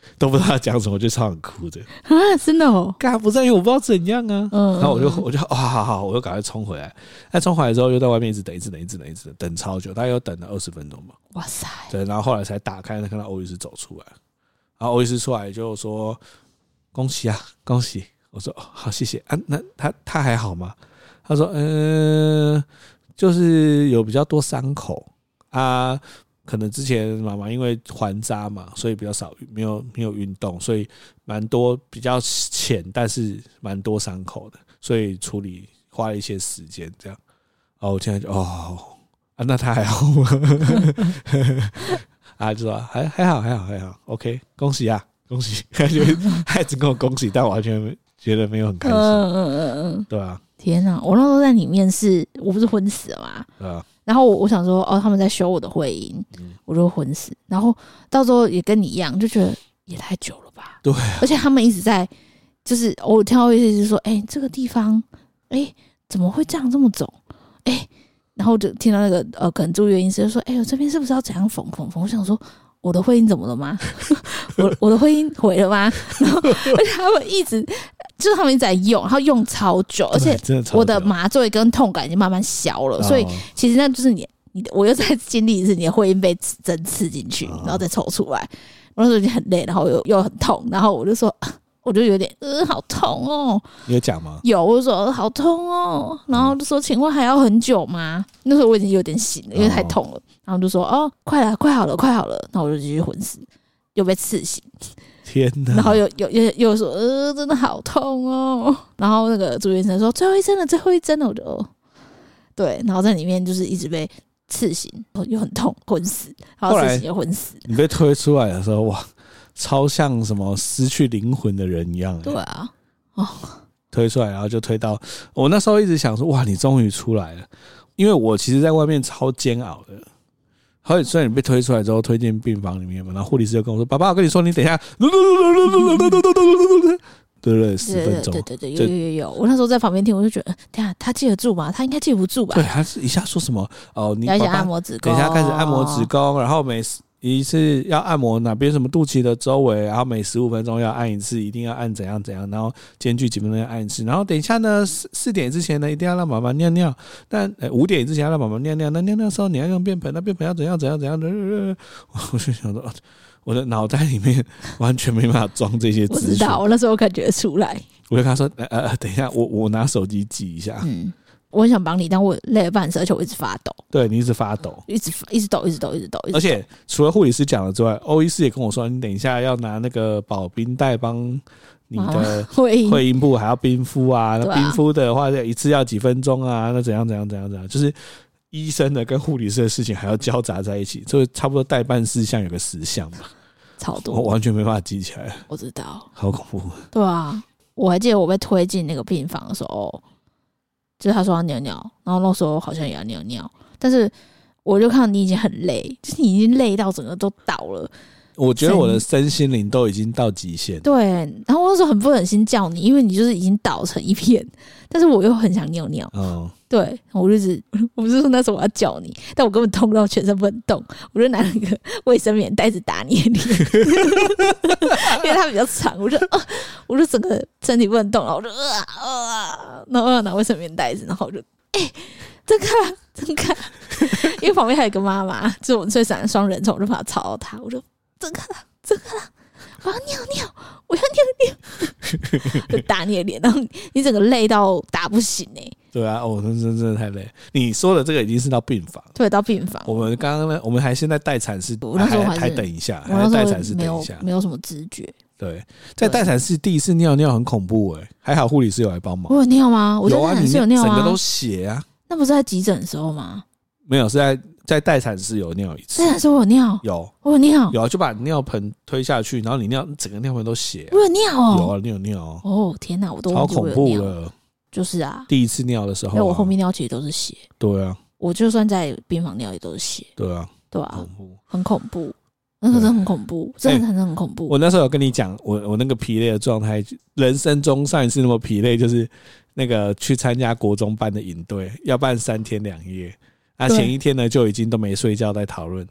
都不知道他讲什么，就超想哭的啊，真的哦， 干不在，因为我不知道怎样啊。 嗯， 然后我就我就哇、哦，好好，我又赶快冲回来。那冲回来之后，又在外面一直等，一直等，一直等，一直等，等超久，大概又等了二十分钟吧。 哇塞， 对，然后后来才打开，看到欧医师走出来。然后欧医师出来就说：“恭喜啊，恭喜！”我说：“哦、好，谢谢啊。”那他他还好吗？他说：“嗯、呃，就是有比较多伤口啊。”可能之前妈妈因为还扎嘛，所以比较少没有没有运动，所以蛮多比较浅，但是蛮多伤口的，所以处理花了一些时间这样。哦，我现在就哦啊，那他还好吗？啊，就说还还好还好还好 ，OK， 恭喜啊恭喜！他就他一直跟我恭喜，但我完全觉得没有很开心。嗯嗯嗯嗯，对啊。 天哪！我那时候在里面是，我不是昏死了嘛？ 对啊。 然后我我想说，哦，他们在修我的会阴，嗯、我就昏死。然后到时候也跟你一样，就觉得也太久了吧？ 对、啊。 而且他们一直在，就是我听到一直说，哎、欸，这个地方，哎、欸，怎么会这样这么肿？哎、欸，然后就听到那个呃，可能住院医师就说，哎、欸，我这边是不是要怎样缝缝缝？我想说，我的会阴怎么了吗？我我的会阴毁了吗？然后而且他们一直。就是他们一直在用，然后用超久，而且我的麻醉跟痛感已经慢慢消了，所以其实那就是你，你我又再经历一次，你的会阴被针刺进去，然后再抽出来，我那时候已经很累，然后又又很痛，然后我就说，我就有点呃，好痛哦。 你有讲吗？ 有，我就说好痛哦，然后就说，请问还要很久吗？那时候我已经有点醒了，因为太痛了，然后就说哦，快了，快好了，快好了，然后我就继续昏死，又被刺醒。 天哪！ 然后又又又又说，呃，真的好痛哦。然后那个住院医生说，最后一针了，最后一针了，我就哦，对。然后在里面就是一直被刺醒，又很痛，昏死，然后刺醒又昏死。 你被推出来的时候，哇，超像什么失去灵魂的人一样。 对啊，哦， 推出来，然后就推到我那时候一直想说，哇，你终于出来了，因为我其实在外面超煎熬的。后来虽然你被推出来之后推进病房里面嘛，然后护理师就跟我说：“爸爸，我跟你说，你等一下，对不对？十分钟， 对对对，有有有有。我那时候在旁边听，我就觉得，等一下他记得住吗？他应该记不住吧？ 对，他是一下说什么哦，你要先按摩子宫， 等一下开始按摩子宫，然后每一次要按摩哪边什么肚脐的周围，然后每十五分钟要按一次，一定要按怎样怎样，然后间距几分钟要按一次，然后等一下呢四四点之前呢一定要让妈妈尿尿，但五点之前要让妈妈尿尿，那尿尿的时候你要用便盆，那便盆要怎样怎样怎样的，我就想说我的脑袋里面完全没办法装这些资讯。 我知道，我那时候感觉出来， 我就跟他说呃呃，等一下，我我拿手机记一下。嗯。 我很想帮你，但我累了半死，而且我一直发抖。 对，你一直发抖， 一直一直抖，一直抖，一直抖。 而且除了护理师讲了之外，欧医师也跟我说，你等一下要拿那个保冰袋帮你的会阴部还要冰敷啊。那冰敷的话，一次要几分钟啊？那怎样怎样怎样怎样？就是医生的跟护理师的事情还要交杂在一起，就差不多代办事项有个十项吧， 超多， 我完全没办法记起来。 我知道， 好恐怖。 对啊，我还记得我被推进那个病房的时候。就是他说要尿尿，然后那时候好像也要尿尿，但是我就看到你已经很累，就是你已经累到整个都倒了。 我觉得我的身心灵都已经到极限。 对，然后我那时候很不忍心叫你，因为你就是已经倒成一片，但是我又很想尿尿。嗯，对，我就一直，我不是说那时候我要叫你，但我根本痛到全身不能动，我就拿那个卫生棉袋子打你的脸，因为它比较长，我就、呃、我就整个身体不能动了，我就呃呃，然后我要拿卫生棉袋子，然后我就哎。欸真看真看，因为旁边还有一个妈妈，就是我们睡三双人床，我就怕吵到她，我就真看啦，真看啦，我要尿尿，我要尿尿，就打你的脸，然后你整个累到打不醒哎、欸。 对啊，我、哦、真真的太累。你说的这个已经是到病房， 对，到病房。 我们刚刚呢，我们还现在待产室， 我那时候还还等一下， 我那时候待产室等一下， 没有什么知觉。 对，在待产室第一次尿尿很恐怖哎、欸，还好护理师有来帮忙。 我有尿吗？我在待产室有尿啊，整个都血啊。 那不是在急诊的时候吗？ 没有，是在在待产室有尿一次。 待产室我有尿， 有， 我有尿， 有，就把尿盆推下去，然后你尿整个尿盆都血、啊。 我有尿哦， 有啊，你有尿哦。 哦天哪，我都超恐怖了。 就是啊， 第一次尿的时候、啊， 因为我后面尿其实都是血。 对啊， 我就算在病房尿也都是血。 对啊， 对啊，恐怖，很恐怖。那个真的很恐怖，真的真的很恐怖、欸。 我那时候有跟你讲，我我那个疲累的状态，人生中上一次那么疲累，就是那个去参加国中办的营队，要办三天两夜。那前一天呢就已经都没睡觉在讨论，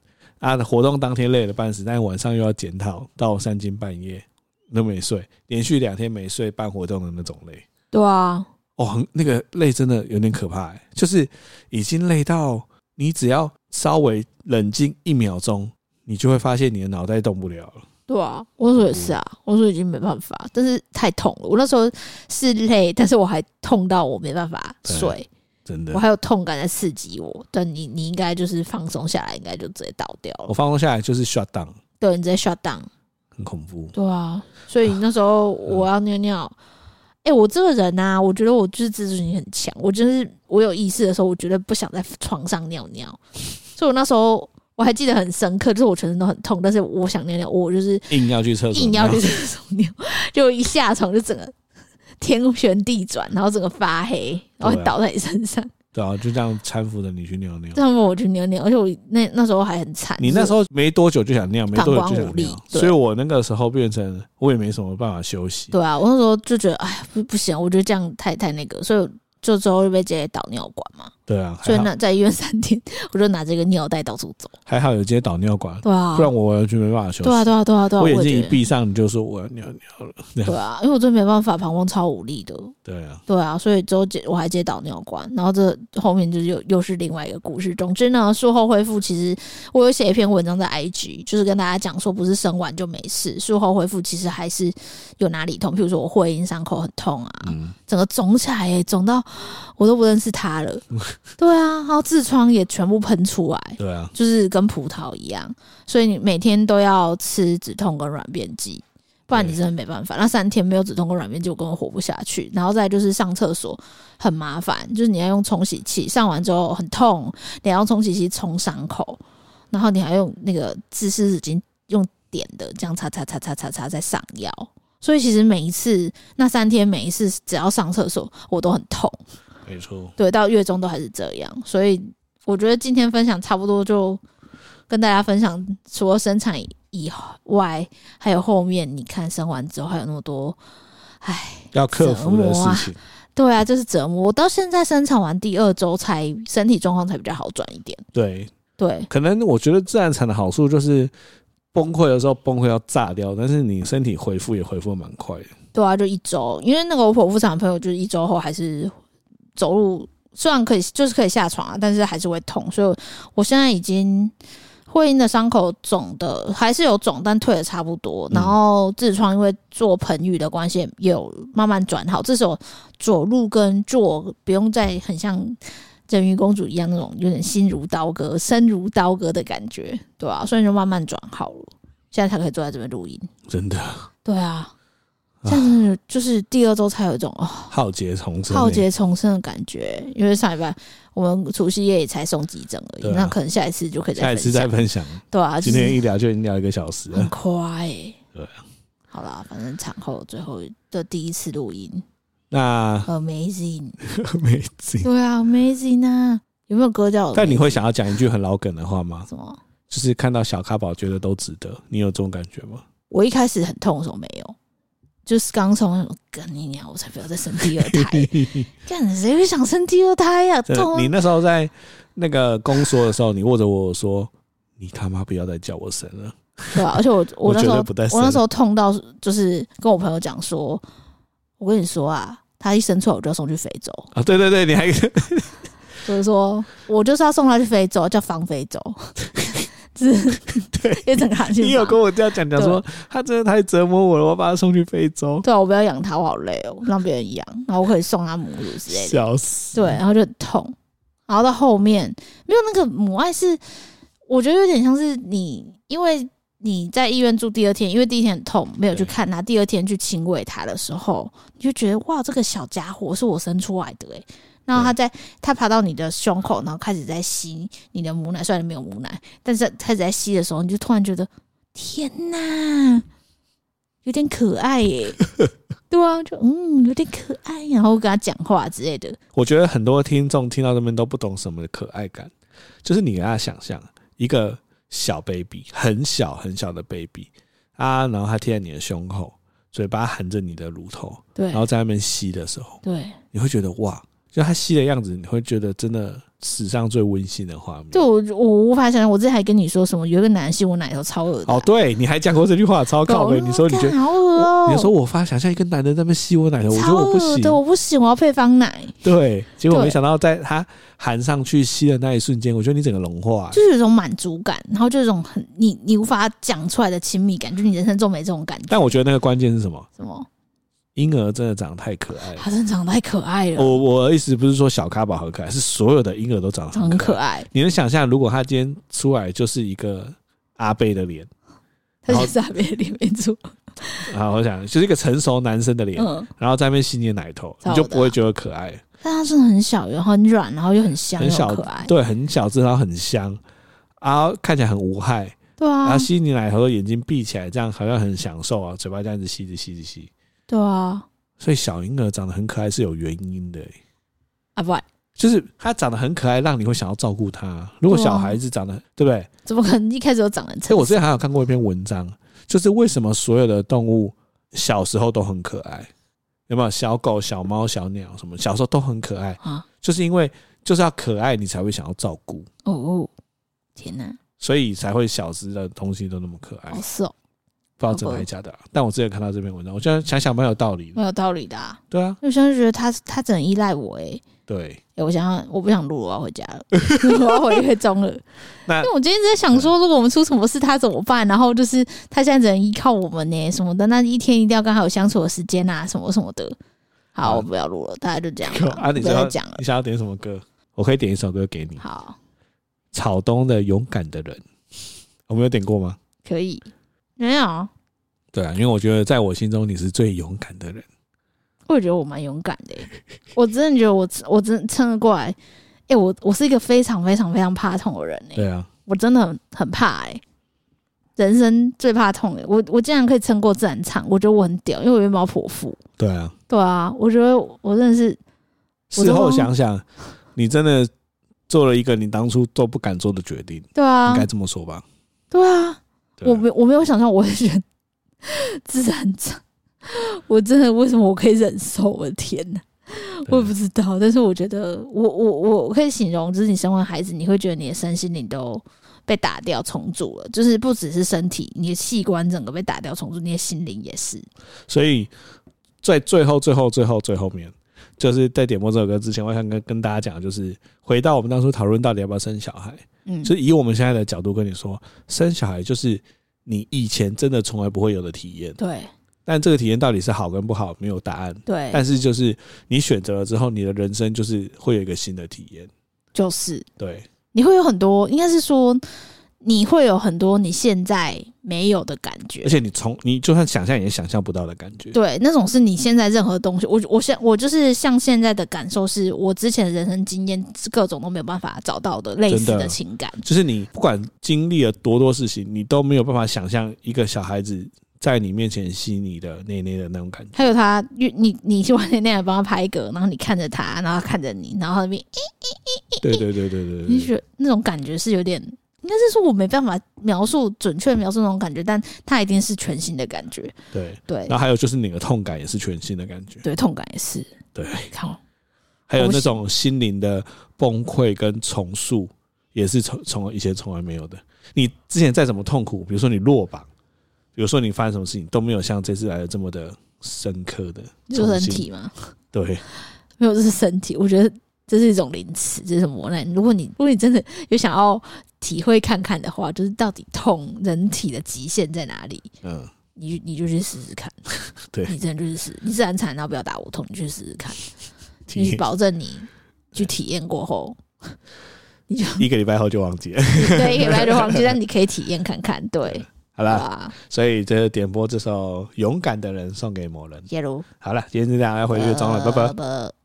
啊，活动当天累了半死，但是晚上又要检讨，到三更半夜都没睡，连续两天没睡办活动的那种累。 对啊， 哦，那个累真的有点可怕、欸，就是已经累到你只要稍微冷静一秒钟，你就会发现你的脑袋动不了了。 对啊，我那时候也是啊，我那时候已经没办法，但是太痛了。我那时候是累，但是我还痛到我没办法睡， 真的， 我还有痛感在刺激我。但你你应该就是放松下来，应该就直接倒掉了。 我放松下来就是 shut down， 对，你直接 shut down， 很恐怖。 对啊，所以那时候我要尿尿，哎、欸，我这个人啊，我觉得我就是自制性很强，我就是我有意识的时候，我绝对不想在床上尿尿，所以我那时候。我还记得很深刻，就是我全身都很痛，但是我想尿尿，我就是硬要去厕所， 硬要去厕所尿，就一下床就整个天旋地转，然后整个发黑，然后倒在你身上。 对啊，就这样搀扶着你去尿尿， 这样我去尿尿，而且我那那时候还很惨。 你那时候没多久就想尿，没多久就想尿，所以我那个时候变成我也没什么办法休息。 对啊，我那时候就觉得，哎，不不行，我觉得这样太太那个，所以就之后就被直接导尿管嘛。 对啊， 所以那在医院三天，我就拿这个尿袋到处走。 还好有直接导尿管， 对啊， 不然我完全没办法休息。 对啊，对啊，对啊，对啊， 我眼睛一闭上，你就说我要尿尿了。 对啊，因为我真的没办法，膀胱超无力的。 对啊， 对啊，所以之后我还接导尿管，然后这后面就是又又是另外一个故事。总之呢，术后恢复其实我有写一篇文章在 I G， 就是跟大家讲说，不是生完就没事，术后恢复其实还是有哪里痛，譬如说我会阴伤口很痛啊，嗯、整个肿起来耶，肿到我都不认识它了。对啊，然后痔疮也全部喷出来。 对啊， 就是跟葡萄一样，所以你每天都要吃止痛跟软便剂，不然你真的没办法。那三天没有止痛跟软便剂，我根本活不下去。然后再就是上厕所很麻烦，就是你要用冲洗器，上完之后很痛，你要用冲洗器冲伤口，然后你还用那个自湿纸巾用点的这样擦擦擦擦擦擦再上药。所以其实每一次那三天，每一次只要上厕所，我都很痛。 没错， 对，到月中都还是这样，所以我觉得今天分享差不多就跟大家分享，除了生产以外，还有后面你看生完之后还有那么多，唉， 要克服的事情。 对啊，就是折磨。我到现在生产完第二周才身体状况才比较好转一点。 对对， 可能我觉得自然产的好处就是崩溃的时候崩溃要炸掉，但是你身体恢复也恢复蛮快的。 对啊，就一周，因为那个我剖腹产的朋友就是一周后还是走路。虽然可以，就是可以下床啊，但是还是会痛，所以我现在已经会阴的伤口肿的还是有肿，但退的差不多。然后痔疮因为做盆浴的关系，也有慢慢转好。这时候走路跟坐不用再很像人鱼公主一样那种有点心如刀割、身如刀割的感觉，对啊，所以就慢慢转好了。现在才可以坐在这边录音， 真的。 对啊。这样子就是第二周才有一种哦浩劫重生、 浩劫重生的感觉，因为上礼拜我们除夕夜也才送急诊而已，啊、那可能下一次就可以再分享。 下一次再分享， 对啊， 今天一聊就已经聊一个小时了， 很快、欸。 对啊， 好啦，反正产后最后的第一次录音， 那 amazing， amazing， 对啊 ，amazing 啊，有没有歌叫？ 但你会想要讲一句很老梗的话吗？ 什么？ 就是看到小咖宝觉得都值得，你有这种感觉吗？ 我一开始很痛的时候没有。就是刚从那种跟你娘，我才不要再生第二胎。干谁会想生第二胎呀、啊？痛！ 你那时候在那个宫缩的时候，你握着我说：“你他妈不要再叫我生了。” 对啊，而且我我那时候我, 我那时候痛到，就是跟我朋友讲说：“我跟你说啊，他一生出来我就要送去非洲啊！”对对对，你还就是说我就是要送他去非洲，叫放非洲。 对， 也整个你有跟我这样讲讲说，他真的太折磨我了，我把他送去非洲。 对啊，我不要养他，我好累哦，让别人养，然后我可以送他母乳之类的。 笑死。 对，然后就很痛，然后到后面没有那个母爱是，我觉得有点像是你，因为你在医院住第二天，因为第一天很痛，没有去看他，第二天去亲喂他的时候，你就觉得哇，这个小家伙是我生出来的欸。然后他在他爬到你的胸口，然后开始在吸你的母奶，虽然没有母奶，但是开始在吸的时候，你就突然觉得天哪，有点可爱耶。对啊，就嗯有点可爱，然后跟他讲话之类的。 我觉得很多听众听到这边都不懂什么的可爱感，就是你给他想象一个小 baby， 很小很小的 baby 啊，然后他贴在你的胸口，嘴巴含着你的乳头， 对， 然后在那边吸的时候， 对， 你会觉得哇。就他吸的样子，你会觉得真的史上最温馨的画面。 对，我我无法想象，我之前还跟你说什么，有一个男人吸我奶头超恶的、啊。 哦，对，你还讲过这句话，超靠北。你说你觉得好恶哦、 你说我发想象一个男人在那边吸我奶头，我觉得我不行， 对，我不行，我要配方奶。 对，结果没想到在他含上去吸的那一瞬间，我觉得你整个融化、欸， 就是有一种满足感，然后就有一种很你你无法讲出来的亲密感，就你人生中没这种感觉。 但我觉得那个关键是什么？ 什么？ 婴儿真的长得太可爱了， 他真的长得太可爱了。 我我的意思不是说小咖宝很可爱，是所有的婴儿都长得很可爱。 很可爱。 你能想象，如果他今天出来就是一个阿贝的脸， 他就是阿贝的脸没错。 好，我想就是一个成熟男生的脸，嗯、然后在那边吸你的奶头，你就不会觉得可爱。 但他真的很小，然后很软，然后又很香， 很小， 又可爱。 对，很小只，然后很香，然后看起来很无害。 对啊， 然后吸你奶头，眼睛闭起来，这样好像很享受啊，嘴巴这样子吸着吸着吸。 对啊。 所以小婴儿长得很可爱是有原因的、欸、 啊，不， 就是他长得很可爱，让你会想要照顾他。如果小孩子长得，对不对？ 怎么可能一开始就长得成熟？ 我之前还有看过一篇文章，就是为什么所有的动物小时候都很可爱，有没有？小狗、小猫、小鸟什么，小时候都很可爱啊，就是因为就是要可爱，你才会想要照顾。 哦，天哪！ 所以才会小只的东西都那么可爱。 哦，是哦。 不知道真的还是假的、啊，但我之前看到这篇文章，我现在想想蛮有道理的， 蛮有道理的啊。 对啊， 我现在觉得他他真的依赖我哎、欸。 对， 哎、欸，我想想，我不想录，我要回家了，我要回月中了。 那因为我今天一直在想说，如果我们出什么事，他怎么办？然后就是他现在只能依靠我们呢、欸，什么的，那一天一定要跟他有相处的时间啊，什么什么的。好，啊、我不要录了，大概就这样吧。 啊，你不要再讲了。 你想要点什么歌？我可以点一首歌给你。 好， 草东的《勇敢的人》，我没有点过吗？ 可以，没有。 对啊，因为我觉得在我心中你是最勇敢的人。 我也觉得我蛮勇敢的、欸，我真的觉得我我真的撑得过来。哎、欸，我我是一个非常非常非常怕痛的人哎、欸。 对啊， 我真的很很怕哎、欸，人生最怕痛哎、欸。我我竟然可以撑过自然场，我觉得我很屌，因为我原本要剖腹。 对啊， 对啊，我觉得我真的是。 事后想想，你真的做了一个你当初都不敢做的决定。 对啊， 应该这么说吧。 对啊， 对啊我没我没有想象我会选自然场，我真的为什么我可以忍受？我的天哪，我也不知道。但是我觉得我，我我我可以形容，就是你生完孩子，你会觉得你的身心灵都被打掉重组了，就是不只是身体，你的器官整个被打掉重组，你的心灵也是。 所以在最后、最后、最后、最后面，就是在点播这首歌之前，我想跟跟大家讲，就是回到我们当初讨论到底要不要生小孩，嗯，就是以我们现在的角度跟你说，生小孩就是你以前真的从来不会有的体验， 对。 但这个体验到底是好跟不好，没有答案， 对。 但是就是你选择了之后，你的人生就是会有一个新的体验， 就是对， 你会有很多，应该是说你会有很多你现在没有的感觉， 而且你从你就算想象也想象不到的感觉， 对，那种是你现在任何东西，我我现我就是像现在的感受，是我之前的人生经验各种都没有办法找到的类似的情感， 就是你不管经历了多多事情，你都没有办法想象一个小孩子在你面前吸你的内内的那种感觉。 还有他，你你去玩内内帮他拍个，然后你看着他，然后他看着你，然后那边， 对对对对对对， 你觉得那种感觉是有点，应该是说我没办法描述准确描述那种感觉，但它一定是全新的感觉。 对对， 然后还有就是你的痛感也是全新的感觉， 对，痛感也是。 对， 好， 还有那种心灵的崩溃跟重塑，也是从从以前从来没有的。你之前再怎么痛苦，比如说你落榜。比如说你发生什么事情都没有像这次来的这么的深刻的， 就身体吗？ 对， 没有，这是身体。我觉得这是一种灵词，这是磨难。如果你如果你真的有想要体会看看的话，就是到底痛人体的极限在哪里？嗯，你你就去试试看。对，你真的就是试，你自然产，然后不要打我痛，你去试试看。你保证你去体验过后，你就一个礼拜后就忘记了。 对，一个礼拜就忘记，但你可以体验看看。对。 好啦，所以这点播这首《勇敢的人》送给某人。 耶喽， 好了，今天就这样，要回去装了，拜拜。